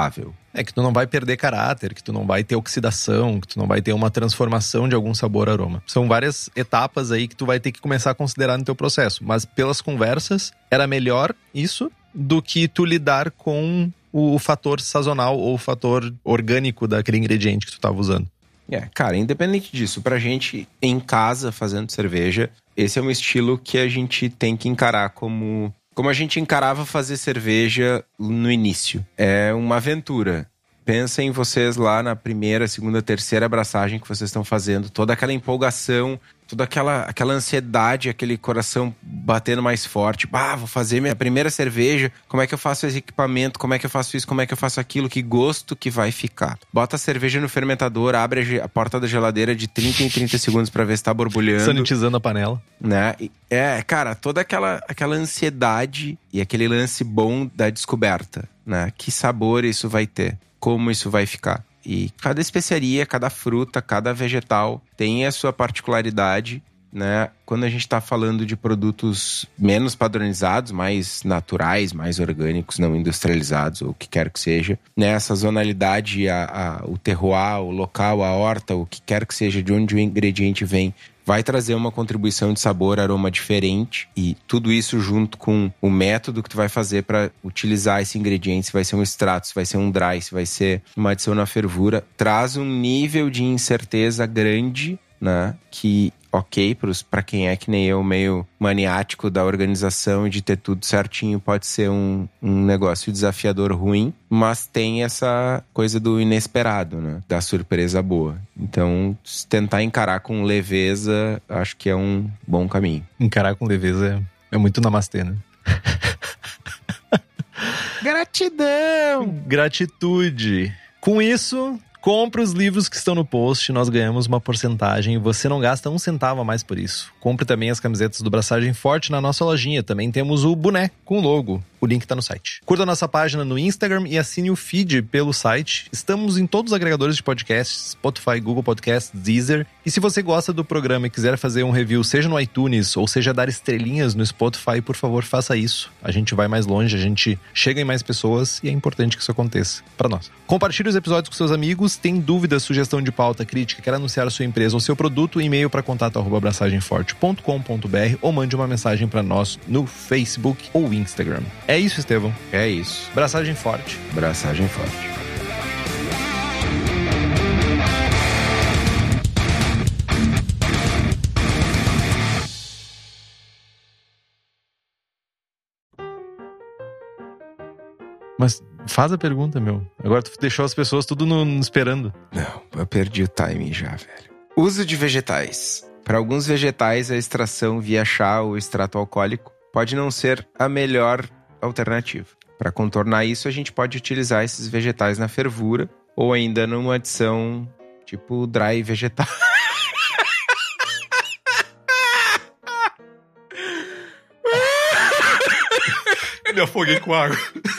É que tu não vai perder caráter, que tu não vai ter oxidação, que tu não vai ter uma transformação de algum sabor aroma. São várias etapas aí que tu vai ter que começar a considerar no teu processo. Mas pelas conversas, era melhor isso do que tu lidar com o fator sazonal ou o fator orgânico daquele ingrediente que tu tava usando. Cara, independente disso, pra gente em casa fazendo cerveja, esse é um estilo que a gente tem que encarar como a gente encarava fazer cerveja no início. É uma aventura. Pensa em vocês lá na primeira, segunda, terceira abraçagem que vocês estão fazendo. Toda aquela empolgação, toda aquela ansiedade, aquele coração batendo mais forte. Vou fazer minha primeira cerveja. Como é que eu faço esse equipamento? Como é que eu faço isso? Como é que eu faço aquilo? Que gosto que vai ficar. Bota a cerveja no fermentador, abre a porta da geladeira de 30 em 30 segundos pra ver se tá borbulhando. Sanitizando a panela. Né? Cara, toda aquela ansiedade e aquele lance bom da descoberta, né? Que sabor isso vai ter? Como isso vai ficar? E cada especiaria, cada fruta, cada vegetal tem a sua particularidade, né? Quando a gente está falando de produtos menos padronizados, mais naturais, mais orgânicos, não industrializados, ou o que quer que seja, né? A sazonalidade, o terroir, o local, a horta, o que quer que seja, de onde o ingrediente vem, vai trazer uma contribuição de sabor, aroma diferente, e tudo isso junto com o método que tu vai fazer para utilizar esse ingrediente, se vai ser um extrato, se vai ser um dry, se vai ser uma adição na fervura, traz um nível de incerteza grande, né? Que, ok, para quem é que nem eu, meio maniático da organização e de ter tudo certinho, pode ser um negócio desafiador ruim, mas tem essa coisa do inesperado, né? Da surpresa boa. Então, tentar encarar com leveza, acho que é um bom caminho. Encarar com leveza é muito namastê, né? Gratidão! Gratitude! Com isso, compre os livros que estão no post, nós ganhamos uma porcentagem e você não gasta um centavo a mais por isso. Compre também as camisetas do Braçagem Forte na nossa lojinha. Também temos o boné com logo. O link tá no site. Curta a nossa página no Instagram e assine o feed pelo site. Estamos em todos os agregadores de podcasts, Spotify, Google Podcasts, Deezer. E se você gosta do programa e quiser fazer um review, seja no iTunes ou seja dar estrelinhas no Spotify, por favor, faça isso. A gente vai mais longe, a gente chega em mais pessoas e é importante que isso aconteça para nós. Compartilhe os episódios com seus amigos. Tem dúvida, sugestão de pauta, crítica, quer anunciar a sua empresa ou seu produto, e-mail para contato@abraçagemforte.com.br ou mande uma mensagem para nós no Facebook ou Instagram. É isso, Estevão. É isso. Braçagem forte. Braçagem forte. Mas faz a pergunta, meu. Agora tu deixou as pessoas tudo esperando. Não, eu perdi o timing já, velho. Uso de vegetais. Para alguns vegetais, a extração via chá ou extrato alcoólico pode não ser a melhor alternativa. Para contornar isso, a gente pode utilizar esses vegetais na fervura ou ainda numa adição tipo dry vegetal. Me afoguei com água.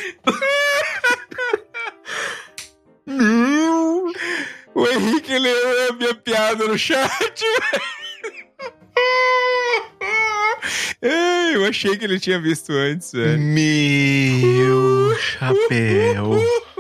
Não! O Henrique leu a minha piada no chat. Eu achei que ele tinha visto antes, velho. Meu chapéu.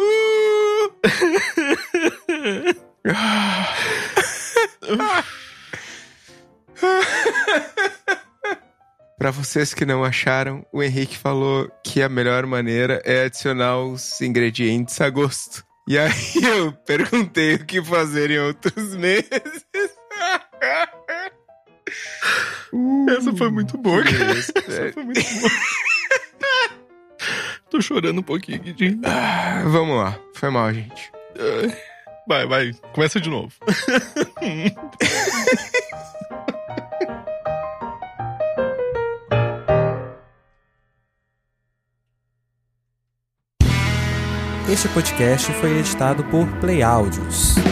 Pra vocês que não acharam, o Henrique falou que a melhor maneira é adicionar os ingredientes a gosto. E aí eu perguntei o que fazer em outros meses. Essa foi muito boa, cara. Essa foi muito boa. Tô chorando um pouquinho, Guidinho. Vamos lá. Foi mal, gente. Vai. Começa de novo. Este podcast foi editado por Play Áudios.